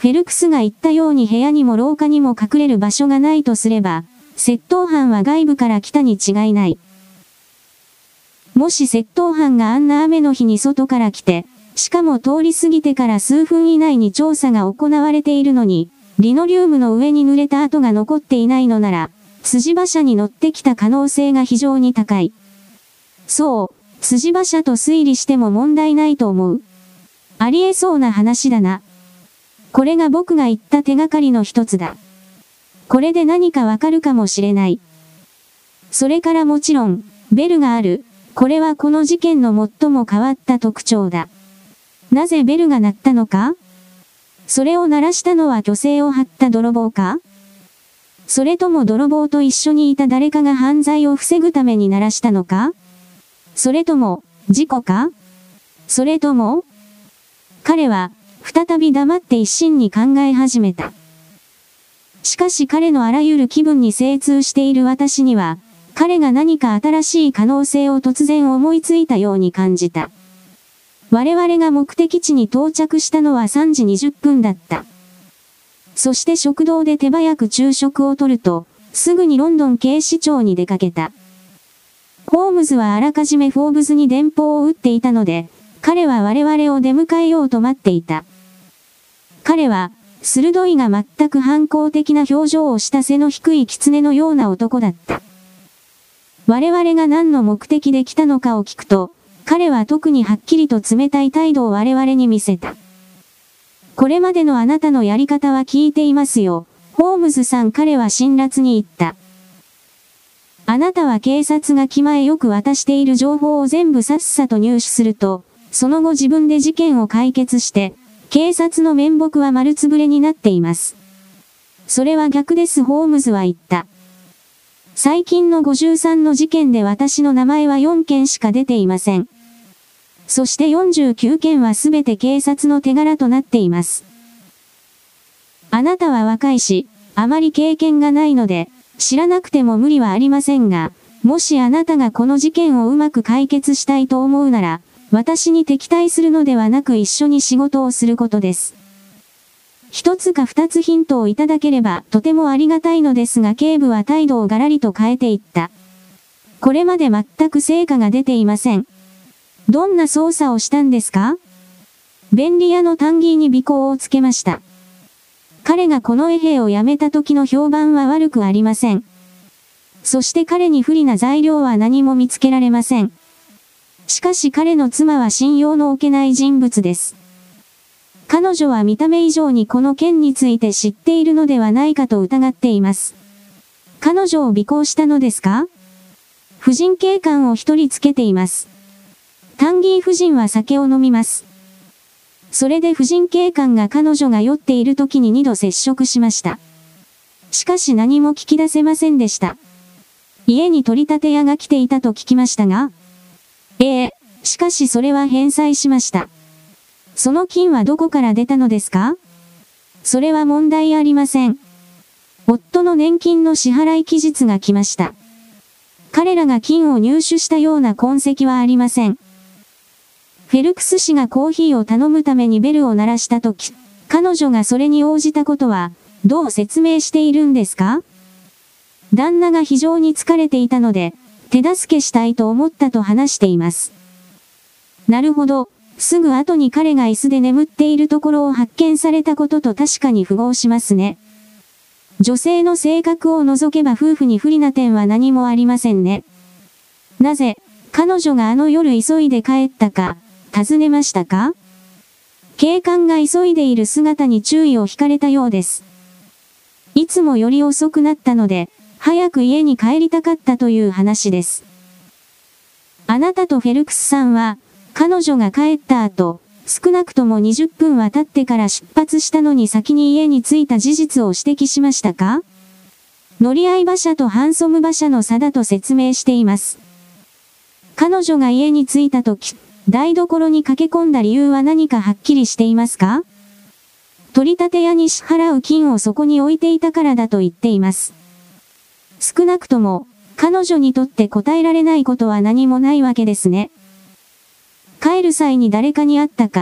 フェルクスが言ったように部屋にも廊下にも隠れる場所がないとすれば、窃盗犯は外部から来たに違いない。もし窃盗犯があんな雨の日に外から来て、しかも通り過ぎてから数分以内に調査が行われているのに、リノリウムの上に濡れた跡が残っていないのなら、辻馬車に乗ってきた可能性が非常に高い。そう、辻馬車と推理しても問題ないと思う。ありえそうな話だな。これが僕が言った手がかりの一つだ。これで何かわかるかもしれない。それからもちろん、ベルがある。これはこの事件の最も変わった特徴だ。なぜベルが鳴ったのか？それを鳴らしたのは虚勢を張った泥棒か？それとも泥棒と一緒にいた誰かが犯罪を防ぐために鳴らしたのか？それとも、事故か？それとも？彼は、再び黙って一心に考え始めた。しかし彼のあらゆる気分に精通している私には、彼が何か新しい可能性を突然思いついたように感じた。我々が目的地に到着したのは3時20分だった。そして食堂で手早く昼食をとると、すぐにロンドン警視庁に出かけた。ホームズはあらかじめフォーブズに電報を打っていたので、彼は我々を出迎えようと待っていた。彼は、鋭いが全く反抗的な表情をした背の低い狐のような男だった。我々が何の目的で来たのかを聞くと、彼は特にはっきりと冷たい態度を我々に見せた。これまでのあなたのやり方は聞いていますよ、ホームズさん。彼は辛辣に言った。あなたは警察が気前よく渡している情報を全部さっさと入手すると、その後自分で事件を解決して、警察の面目は丸つぶれになっています。それは逆です、ホームズは言った。最近の53の事件で私の名前は4件しか出ていません。そして49件はすべて警察の手柄となっています。あなたは若いし、あまり経験がないので、知らなくても無理はありませんが、もしあなたがこの事件をうまく解決したいと思うなら、私に敵対するのではなく一緒に仕事をすることです。一つか二つヒントをいただければとてもありがたいのですが、警部は態度をガラリと変えていった。これまで全く成果が出ていません。どんな捜査をしたんですか？便利屋のタンギーに尾行をつけました。彼がこの衛兵を辞めた時の評判は悪くありません。そして彼に不利な材料は何も見つけられません。しかし彼の妻は信用の置けない人物です。彼女は見た目以上にこの件について知っているのではないかと疑っています。彼女を尾行したのですか？婦人警官を一人つけています。タンギー夫人は酒を飲みます。それで婦人警官が彼女が酔っている時に2度接触しました。しかし何も聞き出せませんでした。家に取り立て屋が来ていたと聞きましたが、しかしそれは返済しました。その金はどこから出たのですか？それは問題ありません。夫の年金の支払い期日が来ました。彼らが金を入手したような痕跡はありません。フェルクス氏がコーヒーを頼むためにベルを鳴らしたとき、彼女がそれに応じたことは、どう説明しているんですか？旦那が非常に疲れていたので、手助けしたいと思ったと話しています。なるほど、すぐ後に彼が椅子で眠っているところを発見されたことと確かに符合しますね。女性の性格を除けば夫婦に不利な点は何もありませんね。なぜ、彼女があの夜急いで帰ったか、尋ねましたか？警官が急いでいる姿に注意を惹かれたようです。いつもより遅くなったので、早く家に帰りたかったという話です。あなたとフェルクスさんは、彼女が帰った後、少なくとも20分は経ってから出発したのに先に家に着いた事実を指摘しましたか？乗り合い馬車とハンソム馬車の差だと説明しています。彼女が家に着いた時、台所に駆け込んだ理由は何かはっきりしていますか？取り立て屋に支払う金をそこに置いていたからだと言っています。少なくとも、彼女にとって答えられないことは何もないわけですね。帰る際に誰かに会ったか、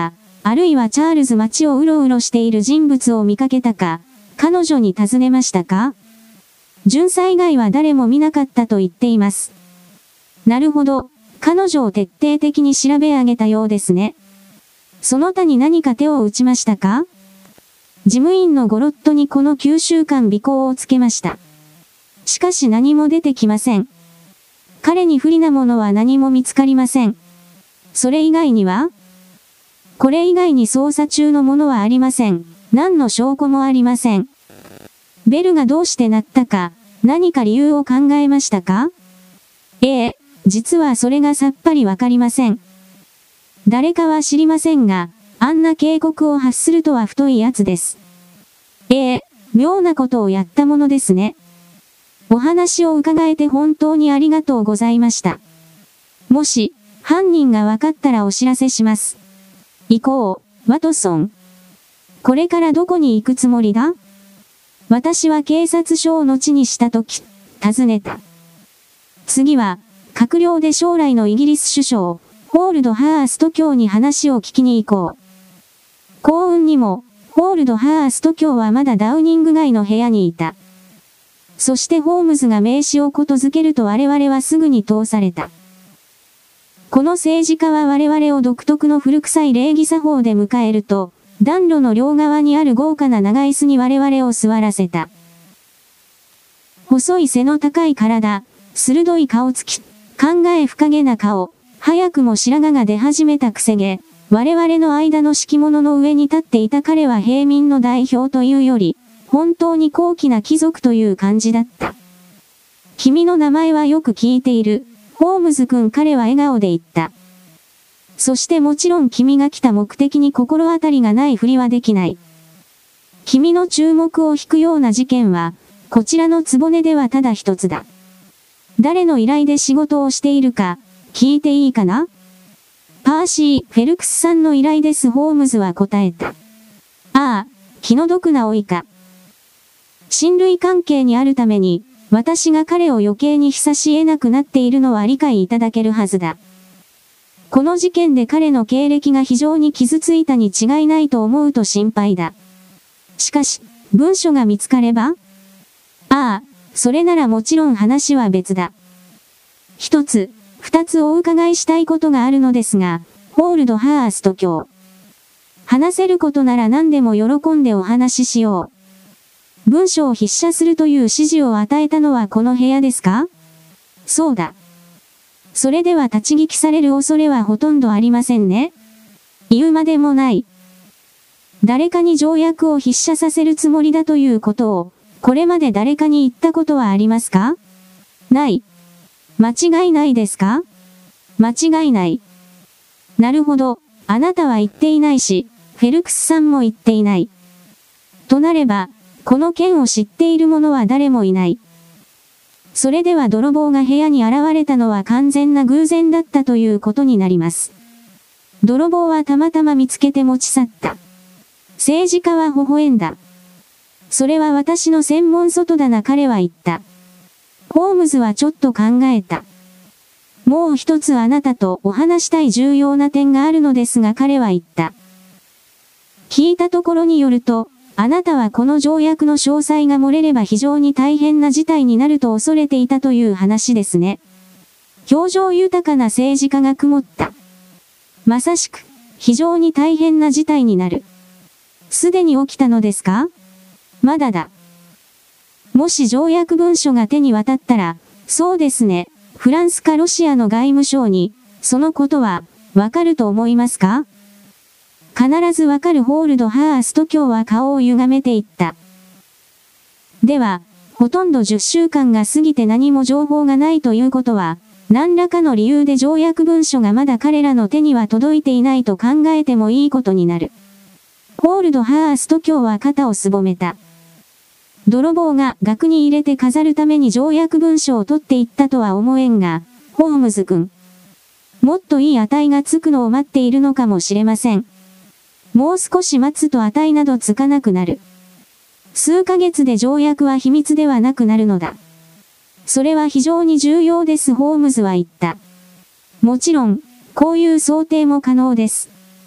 あるいはチャールズ街をうろうろしている人物を見かけたか、彼女に尋ねましたか？巡査以外は誰も見なかったと言っています。なるほど、彼女を徹底的に調べ上げたようですね。その他に何か手を打ちましたか？事務員のゴロットにこの9週間尾行をつけました。しかし何も出てきません。彼に不利なものは何も見つかりません。それ以外には？これ以外に捜査中のものはありません。何の証拠もありません。ベルがどうして鳴ったか、何か理由を考えましたか？実はそれがさっぱりわかりません。誰かは知りませんが、あんな警告を発するとは太いやつです。妙なことをやったものですね。お話を伺えて本当にありがとうございました。もし、犯人がわかったらお知らせします。行こう、ワトソン。これからどこに行くつもりだ？私は警察署を後にしたとき、尋ねた。次は、閣僚で将来のイギリス首相、ホールド・ハースト卿に話を聞きに行こう。幸運にも、ホールド・ハースト卿はまだダウニング街の部屋にいた。そしてホームズが名刺をことづけると我々はすぐに通された。この政治家は我々を独特の古臭い礼儀作法で迎えると、暖炉の両側にある豪華な長椅子に我々を座らせた。細い背の高い体、鋭い顔つき、考え深げな顔、早くも白髪が出始めたくせ毛、我々の間の敷物の上に立っていた彼は平民の代表というより、本当に高貴な貴族という感じだった。君の名前はよく聞いている、ホームズ君彼は笑顔で言った。そしてもちろん君が来た目的に心当たりがないふりはできない。君の注目を引くような事件は、こちらの局ではただ一つだ。誰の依頼で仕事をしているか、聞いていいかな？パーシー・フェルクスさんの依頼です。ホームズは答えた。ああ、気の毒な老いか。親類関係にあるために、私が彼を余計に久し得なくなっているのは理解いただけるはずだ。この事件で彼の経歴が非常に傷ついたに違いないと思うと心配だ。しかし、文書が見つかれば？ああ、それならもちろん話は別だ。一つ、二つお伺いしたいことがあるのですが、ホールド・ハースト卿。話せることなら何でも喜んでお話ししよう。文書を筆写するという指示を与えたのはこの部屋ですか？そうだ。それでは立ち聞きされる恐れはほとんどありませんね。言うまでもない。誰かに条約を筆写させるつもりだということを、これまで誰かに言ったことはありますか？ない。間違いないですか？間違いない。なるほど。あなたは言っていないし、フェルクスさんも言っていない。となれば、この件を知っている者は誰もいない。それでは泥棒が部屋に現れたのは完全な偶然だったということになります。泥棒はたまたま見つけて持ち去った。政治家は微笑んだ。それは私の専門外だな彼は言った。ホームズはちょっと考えた。もう一つあなたとお話したい重要な点があるのですが彼は言った。聞いたところによると、あなたはこの条約の詳細が漏れれば非常に大変な事態になると恐れていたという話ですね。表情豊かな政治家が曇った。まさしく、非常に大変な事態になる。すでに起きたのですか？まだだ。もし条約文書が手に渡ったら、そうですね、フランスかロシアの外務省に、そのことは、わかると思いますか？必ずわかるホールド・ハースト卿は顔を歪めていった。では、ほとんど10週間が過ぎて何も情報がないということは、何らかの理由で条約文書がまだ彼らの手には届いていないと考えてもいいことになる。ホールド・ハースト卿は肩をすぼめた。泥棒が額に入れて飾るために条約文書を取っていったとは思えんが、ホームズ君。もっといい値がつくのを待っているのかもしれません。もう少し待つと値などつかなくなる。数ヶ月で条約は秘密ではなくなるのだ。それは非常に重要です。ホームズは言った。もちろん、こういう想定も可能です。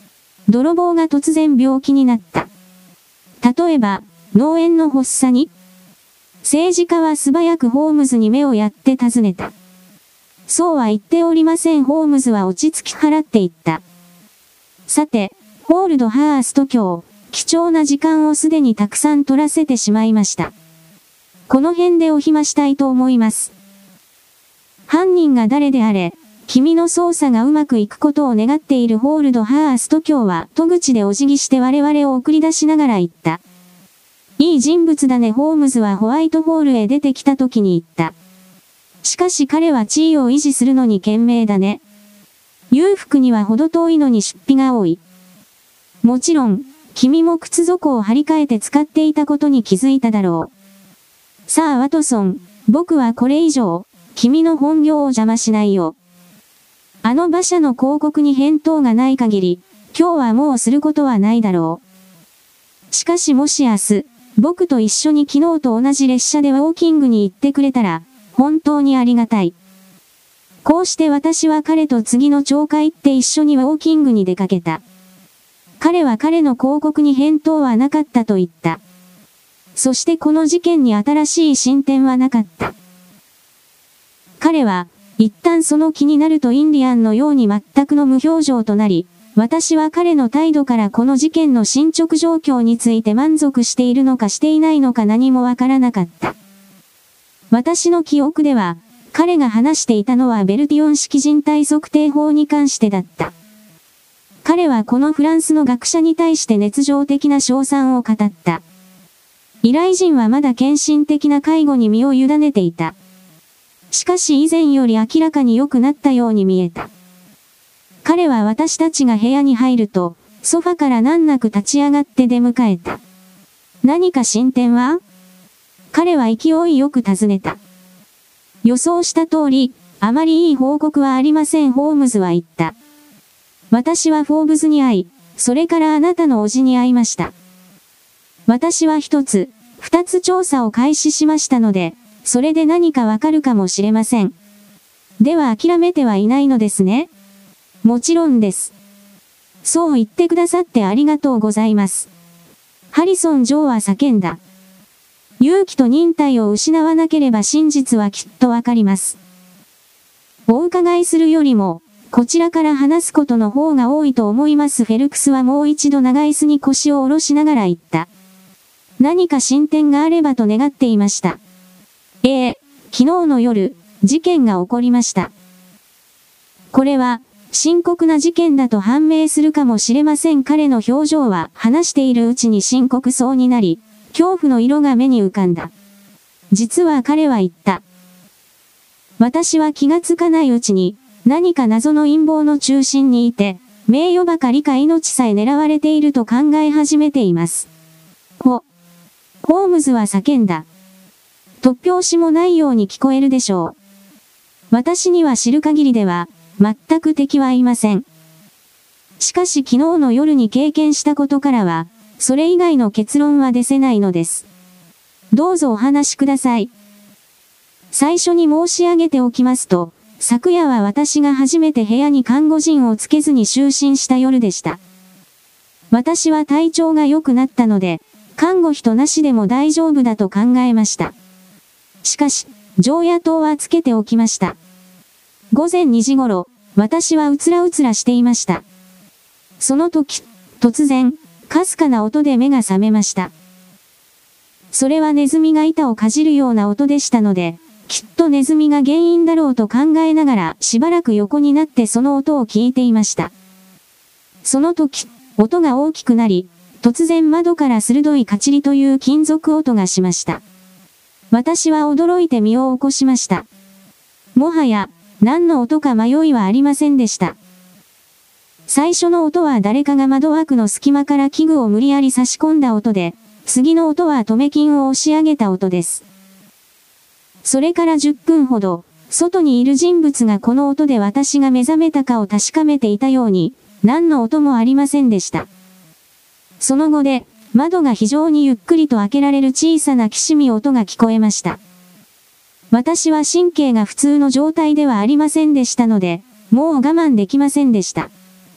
泥棒が突然病気になった。例えば、脳炎の発作に、政治家は素早くホームズに目をやって尋ねた。そうは言っておりません。ホームズは落ち着き払って言った。さて、ホールドハースト卿、貴重な時間をすでにたくさん取らせてしまいました。この辺でお暇したいと思います。犯人が誰であれ、君の捜査がうまくいくことを願っているホールドハースト卿は戸口でお辞儀して我々を送り出しながら言った。いい人物だね。ホームズはホワイトホールへ出てきた時に言った。しかし彼は地位を維持するのに懸命だね。裕福には程遠いのに出費が多い。もちろん、君も靴底を張り替えて使っていたことに気づいただろう。さあワトソン、僕はこれ以上、君の本業を邪魔しないよ。あの馬車の広告に返答がない限り、今日はもうすることはないだろう。しかしもし明日、僕と一緒に昨日と同じ列車でウォーキングに行ってくれたら、本当にありがたい。こうして私は彼と次の町会って一緒にウォーキングに出かけた。彼は彼の広告に返答はなかったと言った。そしてこの事件に新しい進展はなかった。彼は、一旦その気になるとインディアンのように全くの無表情となり、私は彼の態度からこの事件の進捗状況について満足しているのかしていないのか何もわからなかった。私の記憶では、彼が話していたのはベルティオン式人体測定法に関してだった。彼はこのフランスの学者に対して熱情的な称賛を語った。依頼人はまだ献身的な介護に身を委ねていた。しかし以前より明らかに良くなったように見えた。彼は私たちが部屋に入ると、ソファから難なく立ち上がって出迎えた。何か進展は？彼は勢いよく尋ねた。予想した通り、あまりいい報告はありません。ホームズは言った。私はフォーブズに会い、それからあなたの叔父に会いました。私は二つ調査を開始しましたので、それで何かわかるかもしれません。では諦めてはいないのですね？もちろんです。そう言ってくださってありがとうございます。ハリソン・ジョーは叫んだ。勇気と忍耐を失わなければ真実はきっとわかります。お伺いするよりも、こちらから話すことの方が多いと思います。フェルクスはもう一度長椅子に腰を下ろしながら言った。何か進展があればと願っていました。昨日の夜、事件が起こりました。これは、深刻な事件だと判明するかもしれません。彼の表情は話しているうちに深刻そうになり、恐怖の色が目に浮かんだ。実は彼は言った。私は気がつかないうちに、何か謎の陰謀の中心にいて、名誉ばかりか命さえ狙われていると考え始めています。ホームズは叫んだ。突拍子もないように聞こえるでしょう。私には知る限りでは、全く敵はいません。しかし昨日の夜に経験したことからは、それ以外の結論は出せないのです。どうぞお話しください。最初に申し上げておきますと、昨夜は私が初めて部屋に看護人をつけずに就寝した夜でした。私は体調が良くなったので、看護人なしでも大丈夫だと考えました。しかし、常夜灯はつけておきました。午前2時頃、私はうつらうつらしていました。その時、突然、かすかな音で目が覚めました。それはネズミが板をかじるような音でしたので、きっとネズミが原因だろうと考えながらしばらく横になってその音を聞いていました。その時、音が大きくなり、突然窓から鋭いカチリという金属音がしました。私は驚いて身を起こしました。もはや、何の音か迷いはありませんでした。最初の音は誰かが窓枠の隙間から器具を無理やり差し込んだ音で、次の音は留め金を押し上げた音です。それから10分ほど、外にいる人物がこの音で私が目覚めたかを確かめていたように、何の音もありませんでした。その後で、窓が非常にゆっくりと開けられる小さなきしみ音が聞こえました。私は神経が普通の状態ではありませんでしたので、もう我慢できませんでした。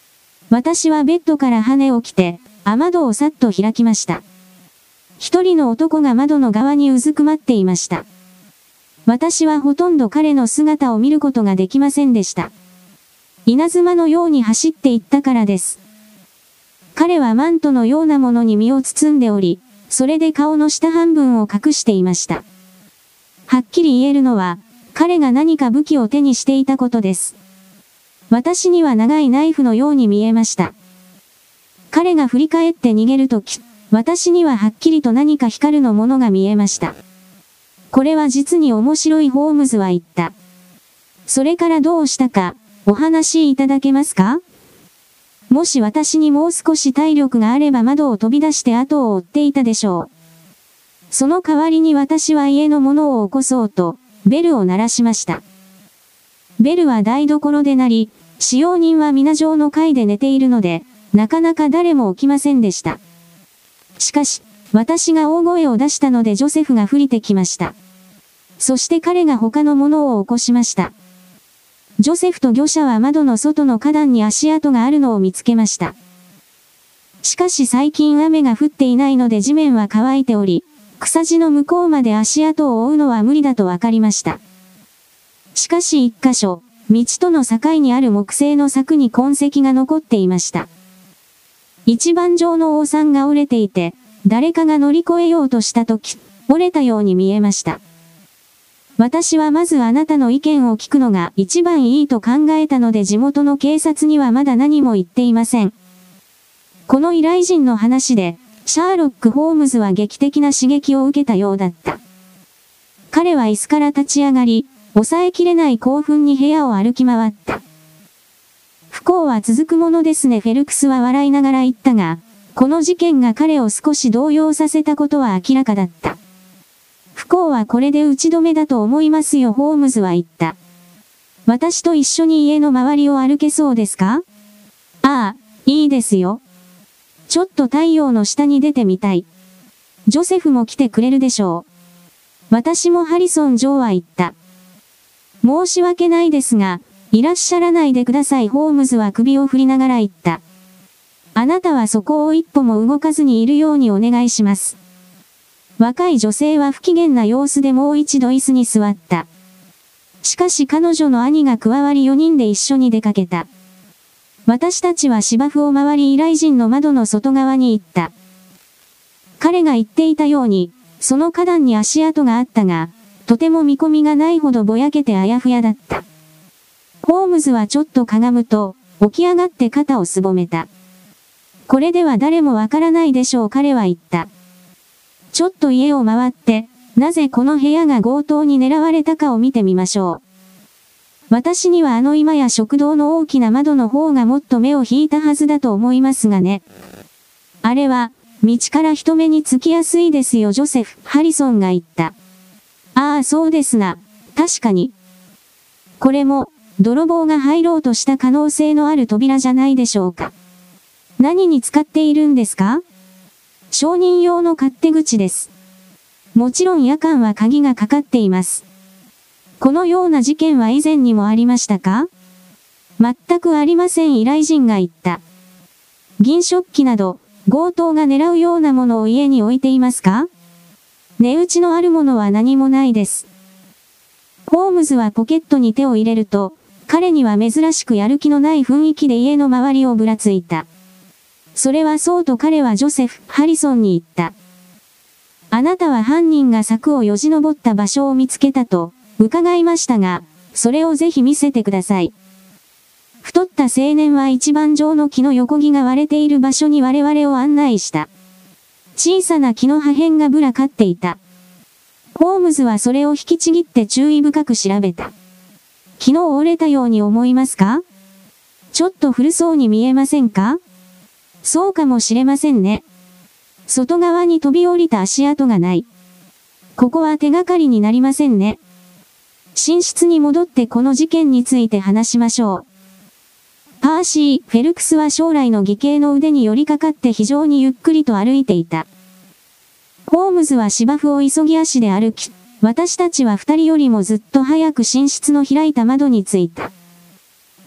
私はベッドから跳ね起きて、雨戸をさっと開きました。一人の男が窓の側にうずくまっていました。私はほとんど彼の姿を見ることができませんでした。稲妻のように走っていったからです。彼はマントのようなものに身を包んでおり、それで顔の下半分を隠していました。はっきり言えるのは、彼が何か武器を手にしていたことです。私には長いナイフのように見えました。彼が振り返って逃げるとき、私にははっきりと何か光るのものが見えました。これは実に面白い、ホームズは言った。それからどうしたか、お話しいただけますか？もし私にもう少し体力があれば窓を飛び出して後を追っていたでしょう。その代わりに私は家の者を起こそうと、ベルを鳴らしました。ベルは台所で鳴り、使用人は皆上の階で寝ているので、なかなか誰も起きませんでした。しかし、私が大声を出したのでジョセフが降りてきました。そして彼が他の者を起こしました。ジョセフと魚者は窓の外の花壇に足跡があるのを見つけました。しかし最近雨が降っていないので地面は乾いており、草地の向こうまで足跡を追うのは無理だとわかりました。しかし一箇所、道との境にある木製の柵に痕跡が残っていました。一番上の王さんが折れていて、誰かが乗り越えようとしたとき、折れたように見えました。私はまずあなたの意見を聞くのが一番いいと考えたので地元の警察にはまだ何も言っていません。この依頼人の話で、シャーロック・ホームズは劇的な刺激を受けたようだった。彼は椅子から立ち上がり、抑えきれない興奮に部屋を歩き回った。不幸は続くものですね。フェルクスは笑いながら言ったが、この事件が彼を少し動揺させたことは明らかだった。不幸はこれで打ち止めだと思いますよ、ホームズは言った。私と一緒に家の周りを歩けそうですか？ああ、いいですよ。ちょっと太陽の下に出てみたい。ジョセフも来てくれるでしょう。私もハリソン・ジョーは言った。申し訳ないですが、いらっしゃらないでください。ホームズは首を振りながら言った。あなたはそこを一歩も動かずにいるようにお願いします。若い女性は不機嫌な様子でもう一度椅子に座った。しかし彼女の兄が加わり4人で一緒に出かけた。私たちは芝生を回り依頼人の窓の外側に行った。彼が言っていたように、その花壇に足跡があったが、とても見込みがないほどぼやけてあやふやだった。ホームズはちょっとかがむと、起き上がって肩をすぼめた。これでは誰もわからないでしょう、彼は言った。ちょっと家を回って、なぜこの部屋が強盗に狙われたかを見てみましょう。私にはあの居間や食堂の大きな窓の方がもっと目を引いたはずだと思いますがね。あれは、道から人目につきやすいですよ、ジョセフ・ハリソンが言った。ああ、そうですが、確かに。これも、泥棒が入ろうとした可能性のある扉じゃないでしょうか。何に使っているんですか？証人用の勝手口です。もちろん夜間は鍵がかかっています。このような事件は以前にもありましたか？全くありません、依頼人が言った。銀食器など、強盗が狙うようなものを家に置いていますか？値打ちのあるものは何もないです。ホームズはポケットに手を入れると、彼には珍しくやる気のない雰囲気で家の周りをぶらついた。それはそうと彼はジョセフ・ハリソンに言った。あなたは犯人が柵をよじ登った場所を見つけたと伺いましたが、それをぜひ見せてください。太った青年は一番上の木の横木が割れている場所に我々を案内した。小さな木の破片がぶらかっていた。ホームズはそれを引きちぎって注意深く調べた。昨日折れたように思いますか？ちょっと古そうに見えませんか？そうかもしれませんね。外側に飛び降りた足跡がない。ここは手がかりになりませんね。寝室に戻ってこの事件について話しましょう。パーシー・フェルクスは将来の義兄の腕に寄りかかって非常にゆっくりと歩いていた。ホームズは芝生を急ぎ足で歩き、私たちは二人よりもずっと早く寝室の開いた窓に着いた。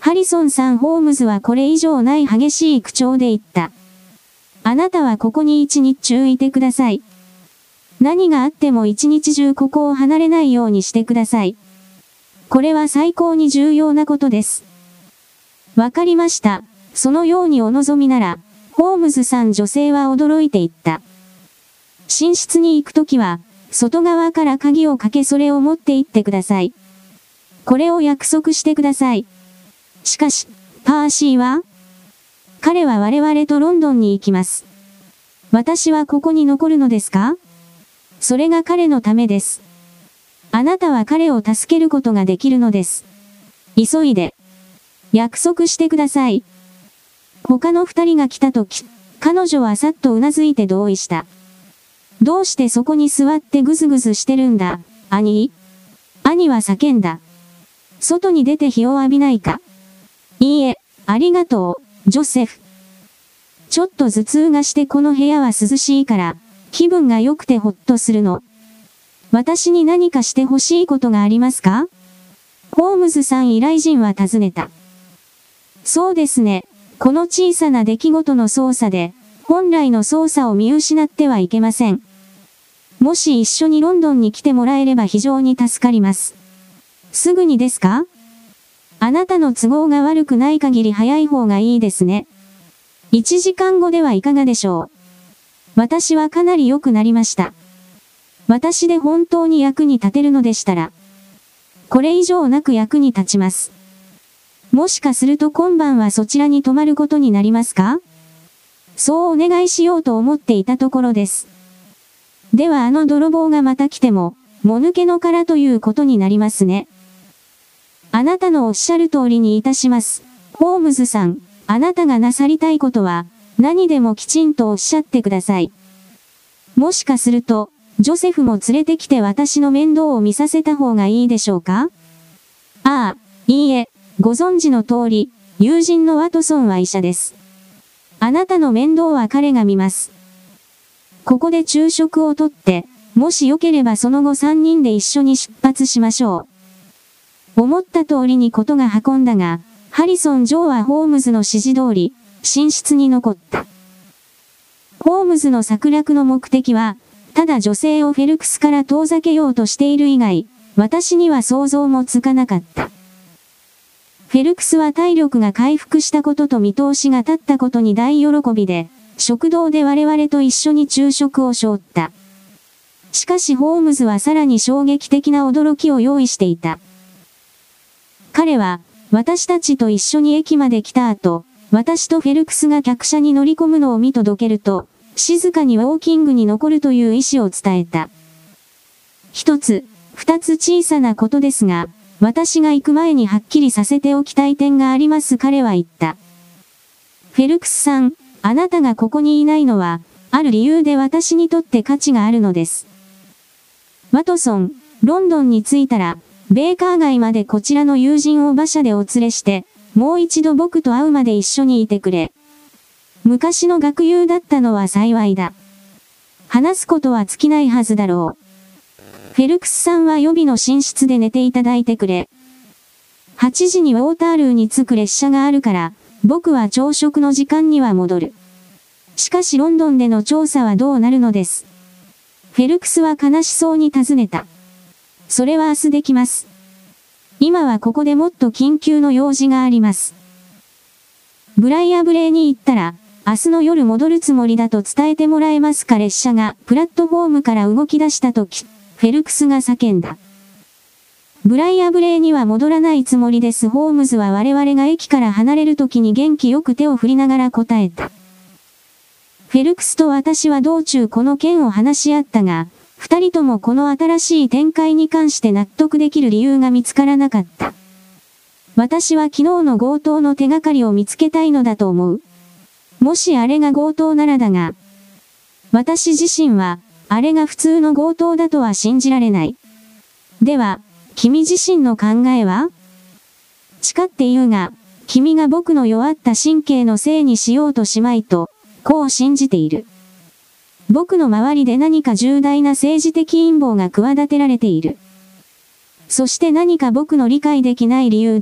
ハリソンさんホームズはこれ以上ない激しい口調で言った。あなたはここに一日中いてください。何があっても一日中ここを離れないようにしてください。これは最高に重要なことです。わかりました。そのようにお望みなら、ホームズさん女性は驚いていった。寝室に行くときは、外側から鍵をかけそれを持って行ってください。これを約束してください。しかし、パーシーは？彼は我々とロンドンに行きます。私はここに残るのですか？それが彼のためです。あなたは彼を助けることができるのです。急いで。約束してください。他の二人が来たとき、彼女はさっとうなずいて同意した。どうしてそこに座ってぐずぐずしてるんだ、兄？兄は叫んだ。外に出て日を浴びないか？いいえ、ありがとう、ジョセフ。ちょっと頭痛がしてこの部屋は涼しいから、気分が良くてほっとするの。私に何かしてほしいことがありますか？ホームズさん依頼人は尋ねた。そうですね、この小さな出来事の操作で、本来の操作を見失ってはいけません。もし一緒にロンドンに来てもらえれば非常に助かります。すぐにですか？あなたの都合が悪くない限り早い方がいいですね。1時間後ではいかがでしょう。私はかなり良くなりました。私で本当に役に立てるのでしたら、これ以上なく役に立ちます。もしかすると今晩はそちらに泊まることになりますか？そうお願いしようと思っていたところです。ではあの泥棒がまた来ても、もぬけの殻ということになりますね。あなたのおっしゃる通りにいたします。ホームズさん、あなたがなさりたいことは、何でもきちんとおっしゃってください。もしかすると、ジョセフも連れてきて私の面倒を見させた方がいいでしょうか？ああ、いいえ、ご存知の通り、友人のワトソンは医者です。あなたの面倒は彼が見ます。ここで昼食をとって、もしよければその後3人で一緒に出発しましょう。思った通りにことが運んだが、ハリソン・ジョーはホームズの指示通り、寝室に残った。ホームズの策略の目的は、ただ女性をフェルクスから遠ざけようとしている以外、私には想像もつかなかった。フェルクスは体力が回復したことと見通しが立ったことに大喜びで、食堂で我々と一緒に昼食をしょった。しかしホームズはさらに衝撃的な驚きを用意していた。彼は、私たちと一緒に駅まで来た後、私とフェルクスが客車に乗り込むのを見届けると、静かにウォーキングに残るという意思を伝えた。一つ、二つ小さなことですが、私が行く前にはっきりさせておきたい点があります彼は言った。フェルクスさん、あなたがここにいないのは、ある理由で私にとって価値があるのです。ワトソン、ロンドンに着いたら、ベーカー街までこちらの友人を馬車でお連れして、もう一度僕と会うまで一緒にいてくれ。昔の学友だったのは幸いだ。話すことは尽きないはずだろう。フェルクスさんは予備の寝室で寝ていただいてくれ。8時にウォータールーに着く列車があるから、僕は朝食の時間には戻る。しかしロンドンでの調査はどうなるのです。フェルクスは悲しそうに尋ねた。それは明日できます。今はここでもっと緊急の用事があります。ブライアブレーに行ったら、明日の夜戻るつもりだと伝えてもらえますか？列車がプラットフォームから動き出したとき、フェルクスが叫んだ。ブライアブレーには戻らないつもりです。ホームズは我々が駅から離れるときに元気よく手を振りながら答えた。フェルクスと私は道中この件を話し合ったが、二人ともこの新しい展開に関して納得できる理由が見つからなかった。私は昨日の強盗の手がかりを見つけたいのだと思う。もしあれが強盗ならだが、私自身は、あれが普通の強盗だとは信じられない。では、君自身の考えは？誓って言うが、君が僕の弱った神経のせいにしようとしまいと、こう信じている。僕の周りで何か重大な政治的陰謀が企てられている。そして何か僕の理解できない理由で、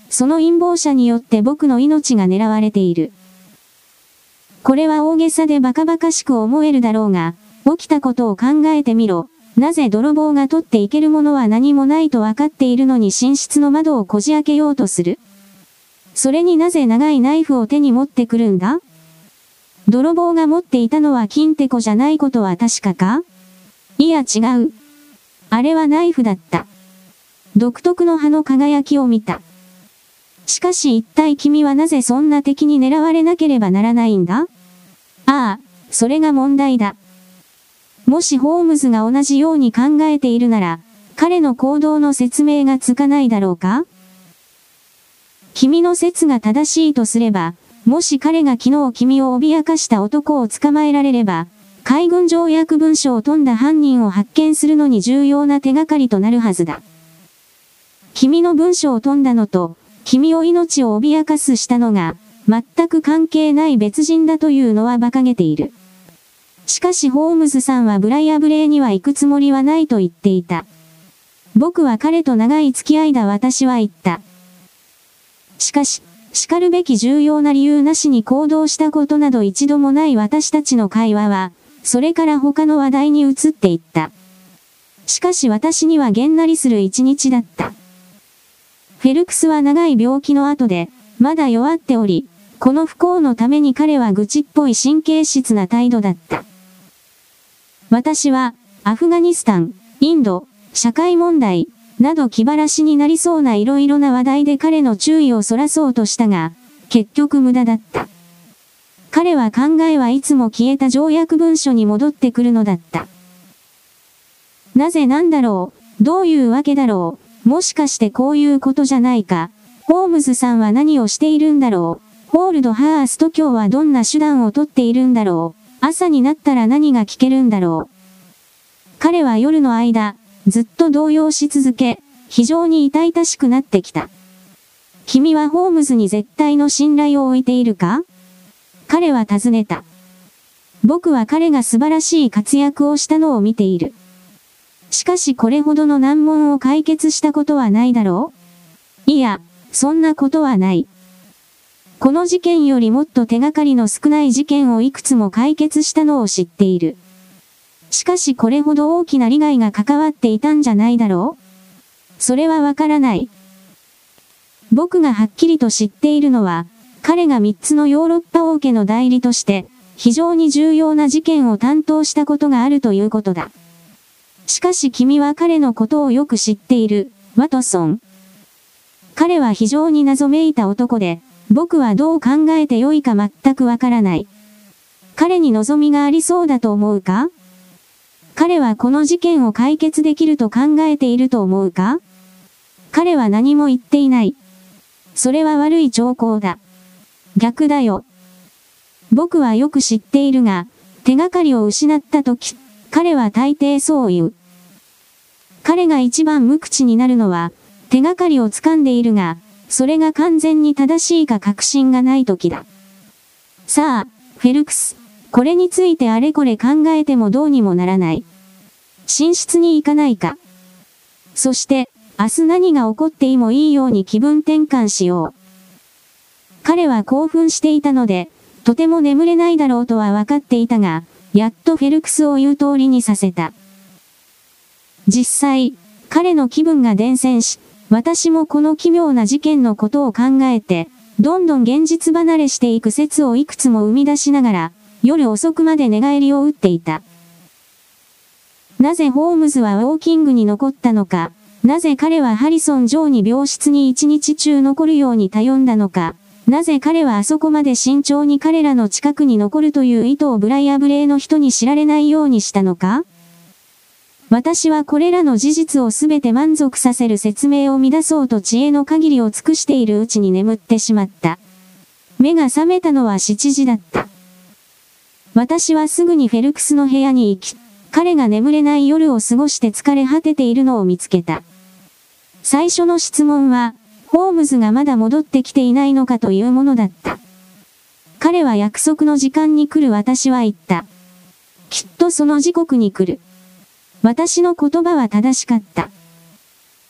その陰謀者によって僕の命が狙われている。これは大げさでバカバカしく思えるだろうが、起きたことを考えてみろ。なぜ泥棒が取っていけるものは何もないと分かっているのに寝室の窓をこじ開けようとする？それになぜ長いナイフを手に持ってくるんだ？泥棒が持っていたのは金てこじゃないことは確かか？いや違う。あれはナイフだった。独特の葉の輝きを見た。しかし一体君はなぜそんな敵に狙われなければならないんだ？ああ、それが問題だ。もしホームズが同じように考えているなら、彼の行動の説明がつかないだろうか？君の説が正しいとすれば、もし彼が昨日君を脅かした男を捕まえられれば、海軍条約文書を富んだ犯人を発見するのに重要な手がかりとなるはずだ。君の文書を富んだのと、君を命を脅かすしたのが、全く関係ない別人だというのは馬鹿げている。しかしホームズさんはブライアブレイには行くつもりはないと言っていた。僕は彼と長い付き合いだ私は言った。しかし、叱るべき重要な理由なしに行動したことなど一度もない私たちの会話は、それから他の話題に移っていった。しかし私にはげんなりする一日だった。フェルクスは長い病気の後で、まだ弱っており、この不幸のために彼は愚痴っぽい神経質な態度だった。私は、アフガニスタン、インド、社会問題、など気晴らしになりそうないろいろな話題で彼の注意をそらそうとしたが、結局無駄だった。彼は考えはいつも消えた条約文書に戻ってくるのだった。なぜなんだろう、どういうわけだろう、もしかしてこういうことじゃないか、ホームズさんは何をしているんだろう、ホールドハースト卿はどんな手段をとっているんだろう、朝になったら何が聞けるんだろう。彼は夜の間、ずっと動揺し続け、非常に痛々しくなってきた。君はホームズに絶対の信頼を置いているか？彼は尋ねた。僕は彼が素晴らしい活躍をしたのを見ている。しかしこれほどの難問を解決したことはないだろう？いや、そんなことはない。この事件よりもっと手がかりの少ない事件をいくつも解決したのを知っている。しかしこれほど大きな利害が関わっていたんじゃないだろう？それはわからない。僕がはっきりと知っているのは、彼が3つのヨーロッパ王家の代理として、非常に重要な事件を担当したことがあるということだ。しかし君は彼のことをよく知っている、ワトソン。彼は非常に謎めいた男で、僕はどう考えてよいか全くわからない。彼に望みがありそうだと思うか？彼はこの事件を解決できると考えていると思うか？彼は何も言っていない。それは悪い兆候だ。逆だよ。僕はよく知っているが、手がかりを失ったとき、彼は大抵そう言う。彼が一番無口になるのは、手がかりを掴んでいるが、それが完全に正しいか確信がないときだ。さあ、フェルクス、これについてあれこれ考えてもどうにもならない。寝室に行かないか。そして、明日何が起こってもいいように気分転換しよう。彼は興奮していたので、とても眠れないだろうとは分かっていたが、やっとフェルクスを言う通りにさせた。実際、彼の気分が伝染し、私もこの奇妙な事件のことを考えて、どんどん現実離れしていく説をいくつも生み出しながら、夜遅くまで寝返りを打っていた。なぜホームズはウォーキングに残ったのか、なぜ彼はハリソン・ジョーに病室に一日中残るように頼んだのか、なぜ彼はあそこまで慎重に彼らの近くに残るという意図をブライアブレイの人に知られないようにしたのか？私はこれらの事実をすべて満足させる説明を乱そうと知恵の限りを尽くしているうちに眠ってしまった。目が覚めたのは7時だった。私はすぐにフェルクスの部屋に行き、彼が眠れない夜を過ごして疲れ果てているのを見つけた。最初の質問は、ホームズがまだ戻ってきていないのかというものだった。彼は約束の時間に来る私は言った。きっとその時刻に来る。私の言葉は正しかった。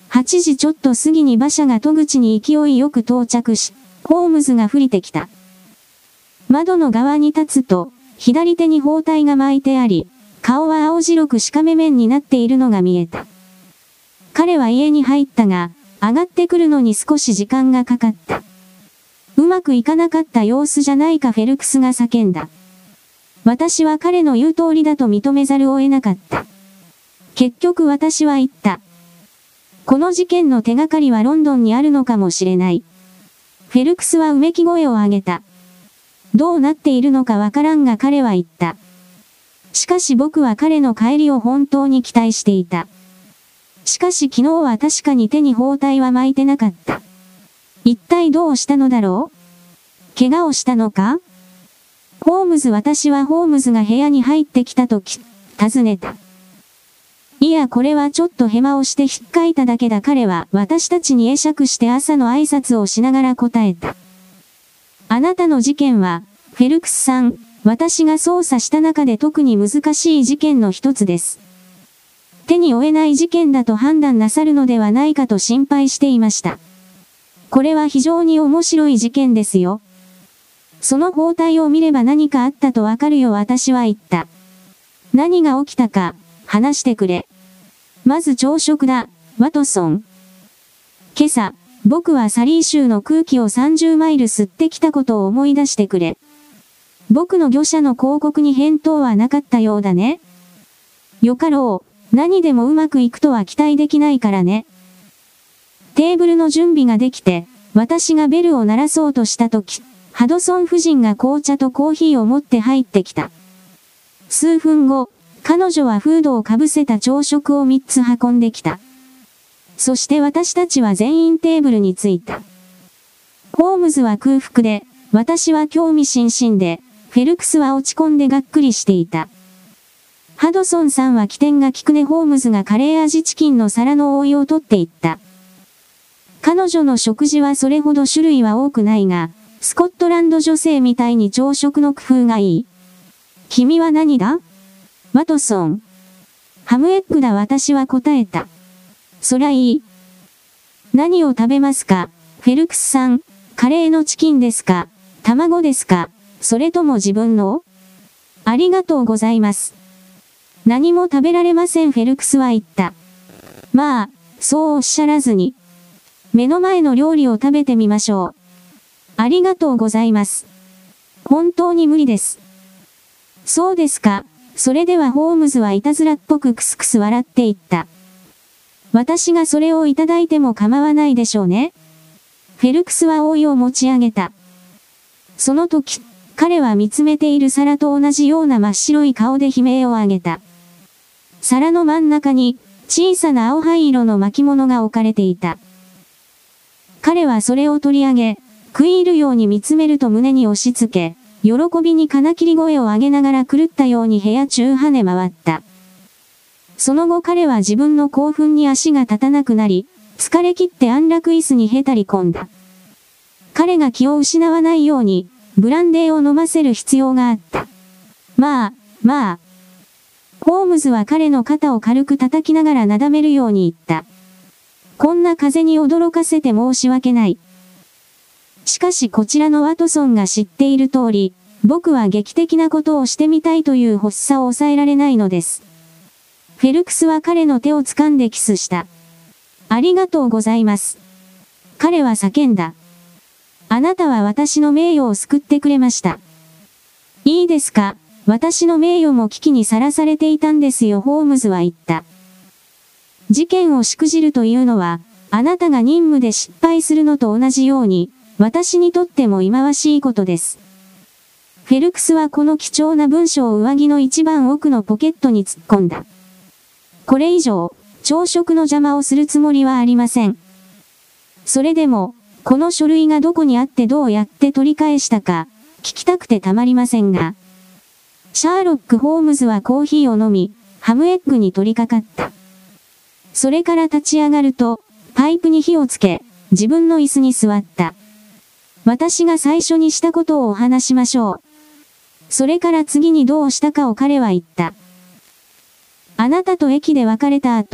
8時ちょっと過ぎに馬車が戸口に勢いよく到着し、ホームズが降りてきた。窓の側に立つと、左手に包帯が巻いてあり、顔は青白くしかめ面になっているのが見えた。彼は家に入ったが、上がってくるのに少し時間がかかった。うまくいかなかった様子じゃないかフェルクスが叫んだ。私は彼の言う通りだと認めざるを得なかった。結局私は言った。この事件の手がかりはロンドンにあるのかもしれない。フェルクスはうめき声を上げた。どうなっているのかわからんが彼は言った。しかし僕は彼の帰りを本当に期待していた。しかし昨日は確かに手に包帯は巻いてなかった。一体どうしたのだろう？怪我をしたのか？私はホームズが部屋に入ってきたと尋ねた。いやこれはちょっとヘマをして引っかいただけだ。彼は私たちに会釈して朝の挨拶をしながら答えた。あなたの事件は、フェルクスさん、私が捜査した中で特に難しい事件の一つです。手に負えない事件だと判断なさるのではないかと心配していました。これは非常に面白い事件ですよ。その包帯を見れば何かあったとわかるよ私は言った。何が起きたか、話してくれ。まず朝食だ、ワトソン。今朝、僕はサリー州の空気を30マイル吸ってきたことを思い出してくれ。僕の魚舎の広告に返答はなかったようだね。よかろう、何でもうまくいくとは期待できないからね。テーブルの準備ができて、私がベルを鳴らそうとしたとき、ハドソン夫人が紅茶とコーヒーを持って入ってきた。数分後、彼女はフードをかぶせた朝食を3つ運んできた。そして私たちは全員テーブルに着いた。ホームズは空腹で、私は興味津々で、フェルクスは落ち込んでがっくりしていた。ハドソンさんは機転が利くね。ホームズがカレー味チキンの皿の覆いを取っていった。彼女の食事はそれほど種類は多くないが、スコットランド女性みたいに朝食の工夫がいい。君は何だ？ワトソン。ハムエッグだ私は答えた。そりゃいい。何を食べますか？フェルクスさん、カレーのチキンですか？卵ですか？それとも自分の？ありがとうございます。何も食べられませんフェルクスは言った。まあ、そうおっしゃらずに。目の前の料理を食べてみましょう。ありがとうございます。本当に無理です。そうですか。それではホームズはいたずらっぽくクスクス笑っていった。私がそれをいただいても構わないでしょうね。フェルクスは覆いを持ち上げた。その時、彼は見つめている皿と同じような真っ白い顔で悲鳴を上げた。皿の真ん中に小さな青灰色の巻物が置かれていた。彼はそれを取り上げ、食い入るように見つめると胸に押し付け、喜びに金切り声を上げながら狂ったように部屋中跳ね回った。その後彼は自分の興奮に足が立たなくなり、疲れ切って安楽椅子にへたり込んだ。彼が気を失わないように、ブランデーを飲ませる必要があった。まあ。ホームズは彼の肩を軽く叩きながらなだめるように言った。こんな風に驚かせて申し訳ない。しかしこちらのワトソンが知っている通り、僕は劇的なことをしてみたいという欲しさを抑えられないのです。フェルクスは彼の手を掴んでキスした。ありがとうございます。彼は叫んだ。あなたは私の名誉を救ってくれました。いいですか、私の名誉も危機にさらされていたんですよホームズは言った。事件をしくじるというのは、あなたが任務で失敗するのと同じように、私にとっても忌まわしいことです。フェルクスはこの貴重な文書を上着の一番奥のポケットに突っ込んだ。これ以上、朝食の邪魔をするつもりはありません。それでも、この書類がどこにあってどうやって取り返したか、聞きたくてたまりませんが。シャーロック・ホームズはコーヒーを飲み、ハムエッグに取り掛かった。それから立ち上がると、パイプに火をつけ、自分の椅子に座った。私が最初にしたことをお話しましょう。それから次にどうしたかを彼は言った。あなたと駅で別れた後、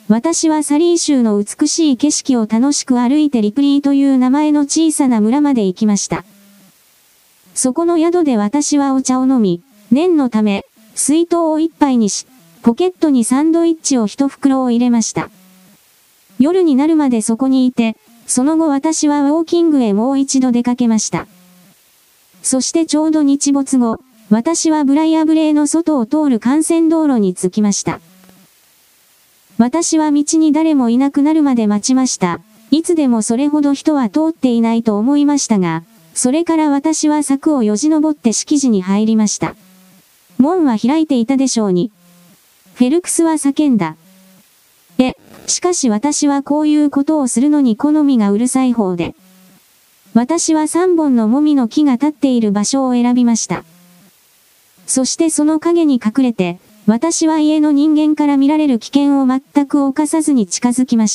私はサリー州の美しい景色を楽しく歩いてリプリーという名前の小さな村まで行きました。そこの宿で私はお茶を飲み、念のため、水筒を一杯にし、ポケットにサンドイッチを一袋を入れました。夜になるまでそこにいて、その後私はウォーキングへもう一度出かけました。そしてちょうど日没後、私はブライアブレーの外を通る幹線道路に着きました。私は道に誰もいなくなるまで待ちました。いつでもそれほど人は通っていないと思いましたが、それから私は柵をよじ登って敷地に入りました。門は開いていたでしょうに。フェルクスは叫んだ。しかし私はこういうことをするのに好みがうるさい方で。私は3本のもみの木が立っている場所を選びました。そしてその影に隠れて、私は家の人間から見られる危険を全く冒さずに近づきました。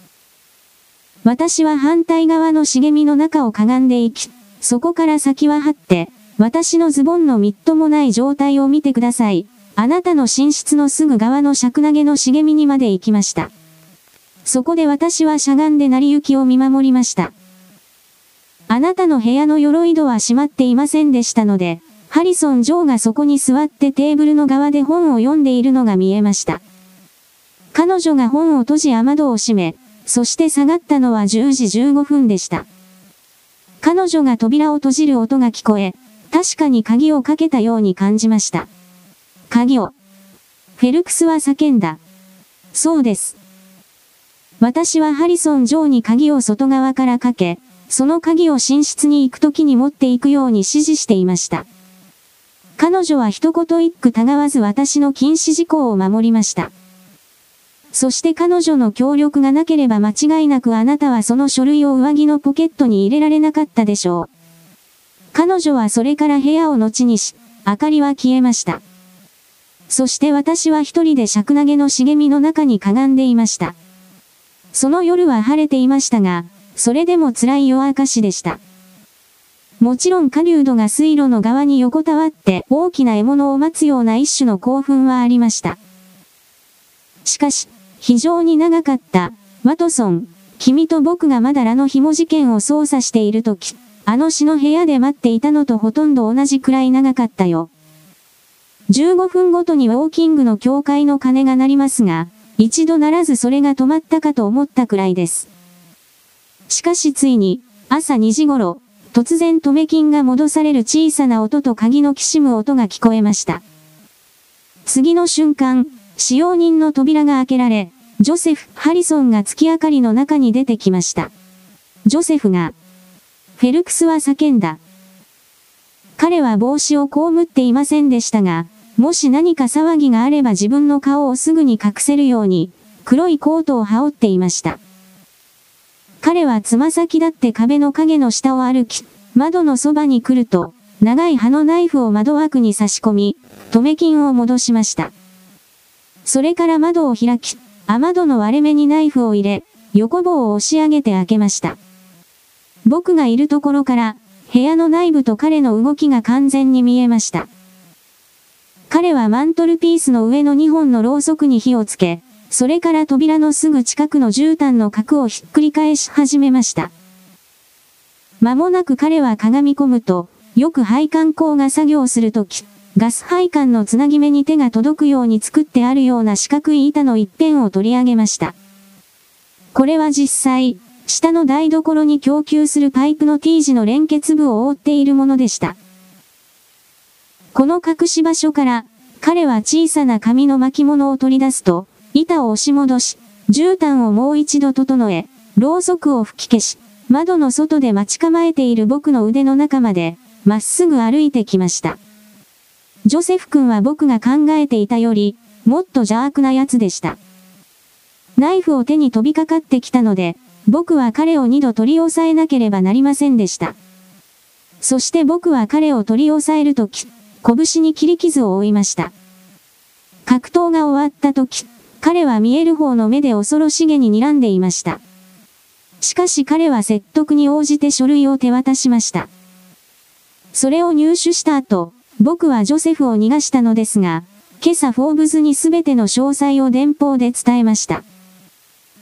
私は反対側の茂みの中をかがんでいき、そこから先は張って、私のズボンのみっともない状態を見てください。あなたの寝室のすぐ側の尺投げの茂みにまで行きました。そこで私はしゃがんで成り行きを見守りました。あなたの部屋の鎧戸は閉まっていませんでしたので、ハリソン・ジョーがそこに座ってテーブルの側で本を読んでいるのが見えました。彼女が本を閉じ雨戸を閉め、そして下がったのは10時15分でした。彼女が扉を閉じる音が聞こえ、確かに鍵をかけたように感じました。鍵を。フェルクスは叫んだ。そうです。私はハリソン・ジョーに鍵を外側からかけ、その鍵を寝室に行くときに持っていくように指示していました。彼女は一言一句たがわず私の禁止事項を守りました。そして彼女の協力がなければ間違いなくあなたはその書類を上着のポケットに入れられなかったでしょう。彼女はそれから部屋を後にし、明かりは消えました。そして私は一人で尺投げの茂みの中にかがんでいました。その夜は晴れていましたが、それでも辛い夜明かしでした。もちろん狩人が水路の側に横たわって大きな獲物を待つような一種の興奮はありました。しかし、非常に長かった。ワトソン、君と僕がまだラの紐事件を捜査しているとき、あの詩の部屋で待っていたのとほとんど同じくらい長かったよ。15分ごとにウォーキングの教会の鐘が鳴りますが、一度ならずそれが止まったかと思ったくらいです。しかしついに、朝2時頃、突然留め金が戻される小さな音と鍵のきしむ音が聞こえました。次の瞬間、使用人の扉が開けられ、ジョセフ・ハリソンが月明かりの中に出てきました。ジョセフが、フェルクスは叫んだ。彼は帽子を被っていませんでしたが、もし何か騒ぎがあれば自分の顔をすぐに隠せるように、黒いコートを羽織っていました。彼はつま先立って壁の影の下を歩き、窓のそばに来ると、長い刃のナイフを窓枠に差し込み、留め金を戻しました。それから窓を開き、雨戸の割れ目にナイフを入れ、横棒を押し上げて開けました。僕がいるところから、部屋の内部と彼の動きが完全に見えました。彼はマントルピースの上の2本のろうそくに火をつけ、それから扉のすぐ近くの絨毯の角をひっくり返し始めました。間もなく彼はかがみ込むと、よく配管工が作業するとき、ガス配管のつなぎ目に手が届くように作ってあるような四角い板の一辺を取り上げました。これは実際、下の台所に供給するパイプの T 字の連結部を覆っているものでした。この隠し場所から、彼は小さな紙の巻物を取り出すと、板を押し戻し、絨毯をもう一度整え、ろうそくを吹き消し、窓の外で待ち構えている僕の腕の中まで、まっすぐ歩いてきました。ジョセフ君は僕が考えていたより、もっと邪悪な奴でした。ナイフを手に飛びかかってきたので、僕は彼を2度取り押さえなければなりませんでした。そして僕は彼を取り押さえるとき、拳に切り傷を負いました。格闘が終わったとき、彼は見える方の目で恐ろしげに睨んでいました。しかし彼は説得に応じて書類を手渡しました。それを入手した後、僕はジョセフを逃がしたのですが、今朝フォーブズにすべての詳細を電報で伝えました。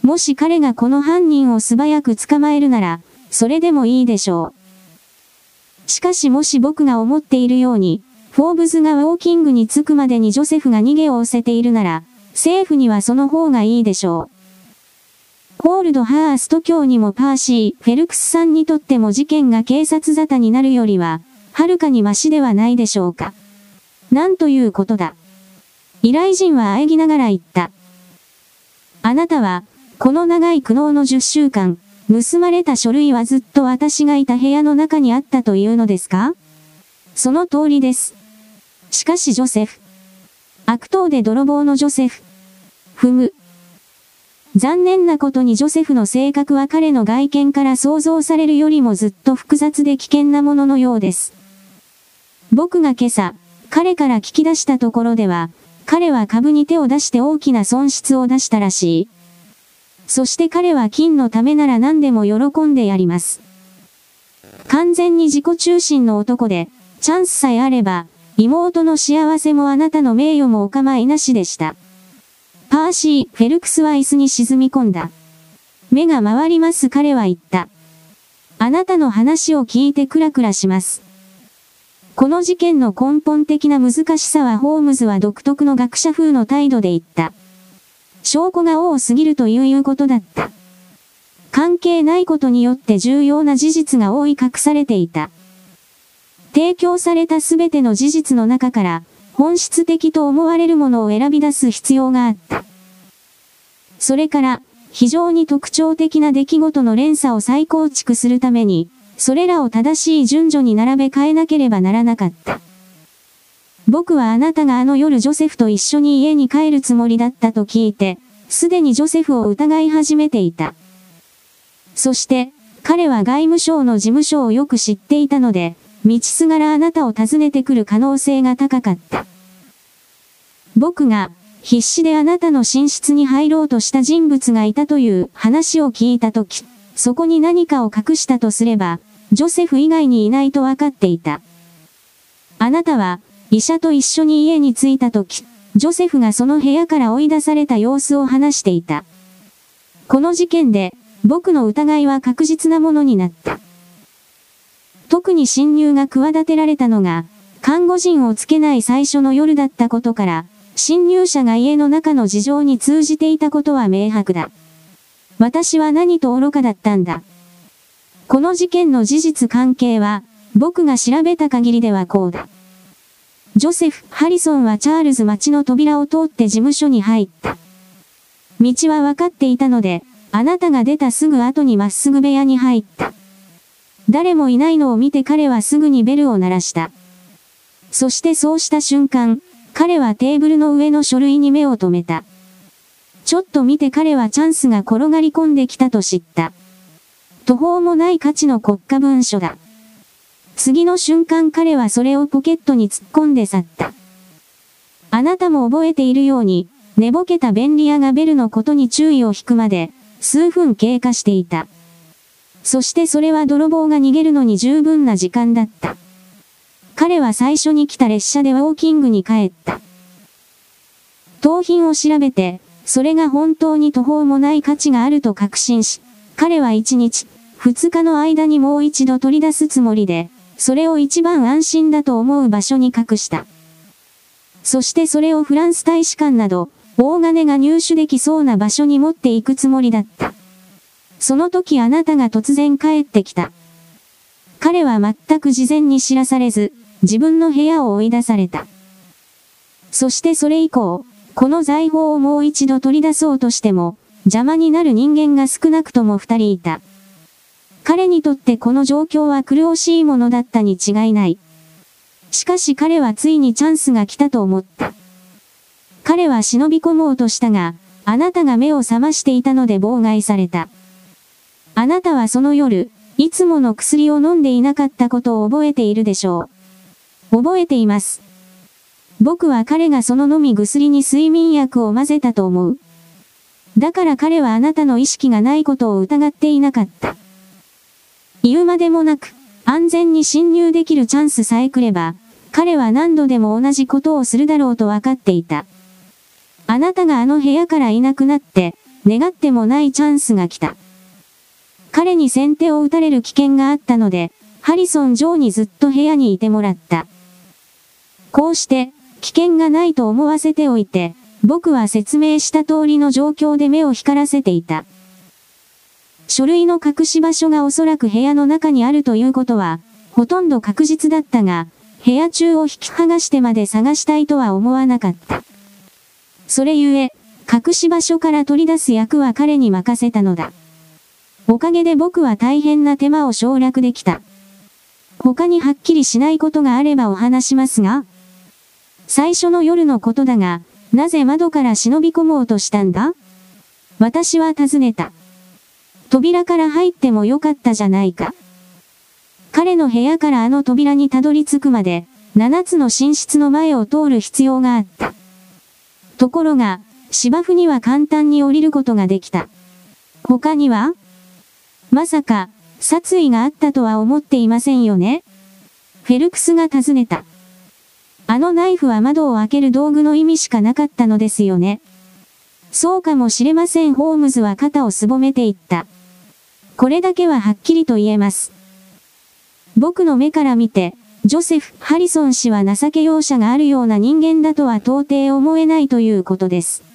もし彼がこの犯人を素早く捕まえるなら、それでもいいでしょう。しかしもし僕が思っているように、フォーブズがウォーキングに着くまでにジョセフが逃げを押せているなら、政府にはその方がいいでしょう。ホールドハースト教にもパーシー・フェルクスさんにとっても事件が警察沙汰になるよりは、はるかにマシではないでしょうか。なんということだ。依頼人は喘ぎながら言った。あなたは、この長い苦悩の10週間、盗まれた書類はずっと私がいた部屋の中にあったというのですか？その通りです。しかしジョセフ。悪党で泥棒のジョセフ。残念なことにジョセフの性格は彼の外見から想像されるよりもずっと複雑で危険なもののようです。僕が今朝、彼から聞き出したところでは、彼は株に手を出して大きな損失を出したらしい。そして彼は金のためなら何でも喜んでやります。完全に自己中心の男で、チャンスさえあれば、妹の幸せもあなたの名誉もお構いなしでした。パーシー・フェルクスは椅子に沈み込んだ。目が回ります彼は言った。あなたの話を聞いてクラクラします。この事件の根本的な難しさはホームズは独特の学者風の態度で言った。証拠が多すぎるということだった。関係ないことによって重要な事実が覆い隠されていた。提供されたすべての事実の中から、本質的と思われるものを選び出す必要があった。それから、非常に特徴的な出来事の連鎖を再構築するために、それらを正しい順序に並べ替えなければならなかった。僕はあなたがあの夜ジョセフと一緒に家に帰るつもりだったと聞いて、すでにジョセフを疑い始めていた。そして、彼は外務省の事務所をよく知っていたので、道すがらあなたを訪ねてくる可能性が高かった。僕が必死であなたの寝室に入ろうとした人物がいたという話を聞いたとき、そこに何かを隠したとすれば、ジョセフ以外にいないと分かっていた。あなたは医者と一緒に家に着いたとき、ジョセフがその部屋から追い出された様子を話していた。この事件で僕の疑いは確実なものになった。特に侵入が企てられたのが、看護人をつけない最初の夜だったことから、侵入者が家の中の事情に通じていたことは明白だ。私は何と愚かだったんだ。この事件の事実関係は、僕が調べた限りではこうだ。ジョセフ・ハリソンはチャールズ町の扉を通って事務所に入った。道は分かっていたので、あなたが出たすぐ後にまっすぐ部屋に入った。誰もいないのを見て彼はすぐにベルを鳴らした。そしてそうした瞬間、彼はテーブルの上の書類に目を留めた。ちょっと見て彼はチャンスが転がり込んできたと知った。途方もない価値の国家文書だ。次の瞬間彼はそれをポケットに突っ込んで去った。あなたも覚えているように、寝ぼけた便利屋がベルのことに注意を引くまで、数分経過していた。そしてそれは泥棒が逃げるのに十分な時間だった。彼は最初に来た列車でウォーキングに帰った。盗品を調べて、それが本当に途方もない価値があると確信し、彼は1日、2日の間にもう一度取り出すつもりで、それを一番安心だと思う場所に隠した。そしてそれをフランス大使館など、大金が入手できそうな場所に持っていくつもりだった。その時あなたが突然帰ってきた。彼は全く事前に知らされず、自分の部屋を追い出された。そしてそれ以降、この財宝をもう一度取り出そうとしても、邪魔になる人間が少なくとも2人いた。彼にとってこの状況は苦しいものだったに違いない。しかし彼はついにチャンスが来たと思った。彼は忍び込もうとしたが、あなたが目を覚ましていたので妨害された。あなたはその夜、いつもの薬を飲んでいなかったことを覚えているでしょう。覚えています。僕は彼がその飲み薬に睡眠薬を混ぜたと思う。だから彼はあなたの意識がないことを疑っていなかった。言うまでもなく、安全に侵入できるチャンスさえ来れば、彼は何度でも同じことをするだろうと分かっていた。あなたがあの部屋からいなくなって、 願ってもないチャンスが来た。彼に先手を打たれる危険があったので、ハリソン・ジョーにずっと部屋にいてもらった。こうして、危険がないと思わせておいて、僕は説明した通りの状況で目を光らせていた。書類の隠し場所がおそらく部屋の中にあるということは、ほとんど確実だったが、部屋中を引き剥がしてまで探したいとは思わなかった。それゆえ、隠し場所から取り出す役は彼に任せたのだ。おかげで僕は大変な手間を省略できた。他にはっきりしないことがあればお話しますが、最初の夜のことだが、なぜ窓から忍び込もうとしたんだ？私は尋ねた。扉から入ってもよかったじゃないか。彼の部屋からあの扉にたどり着くまで、7つの寝室の前を通る必要があった。ところが、芝生には簡単に降りることができた。他には？まさか、殺意があったとは思っていませんよね？フェルクスが尋ねた。あのナイフは窓を開ける道具の意味しかなかったのですよね。そうかもしれません。ホームズは肩をすぼめていった。これだけははっきりと言えます。僕の目から見て、ジョセフ・ハリソン氏は情け容赦があるような人間だとは到底思えないということです。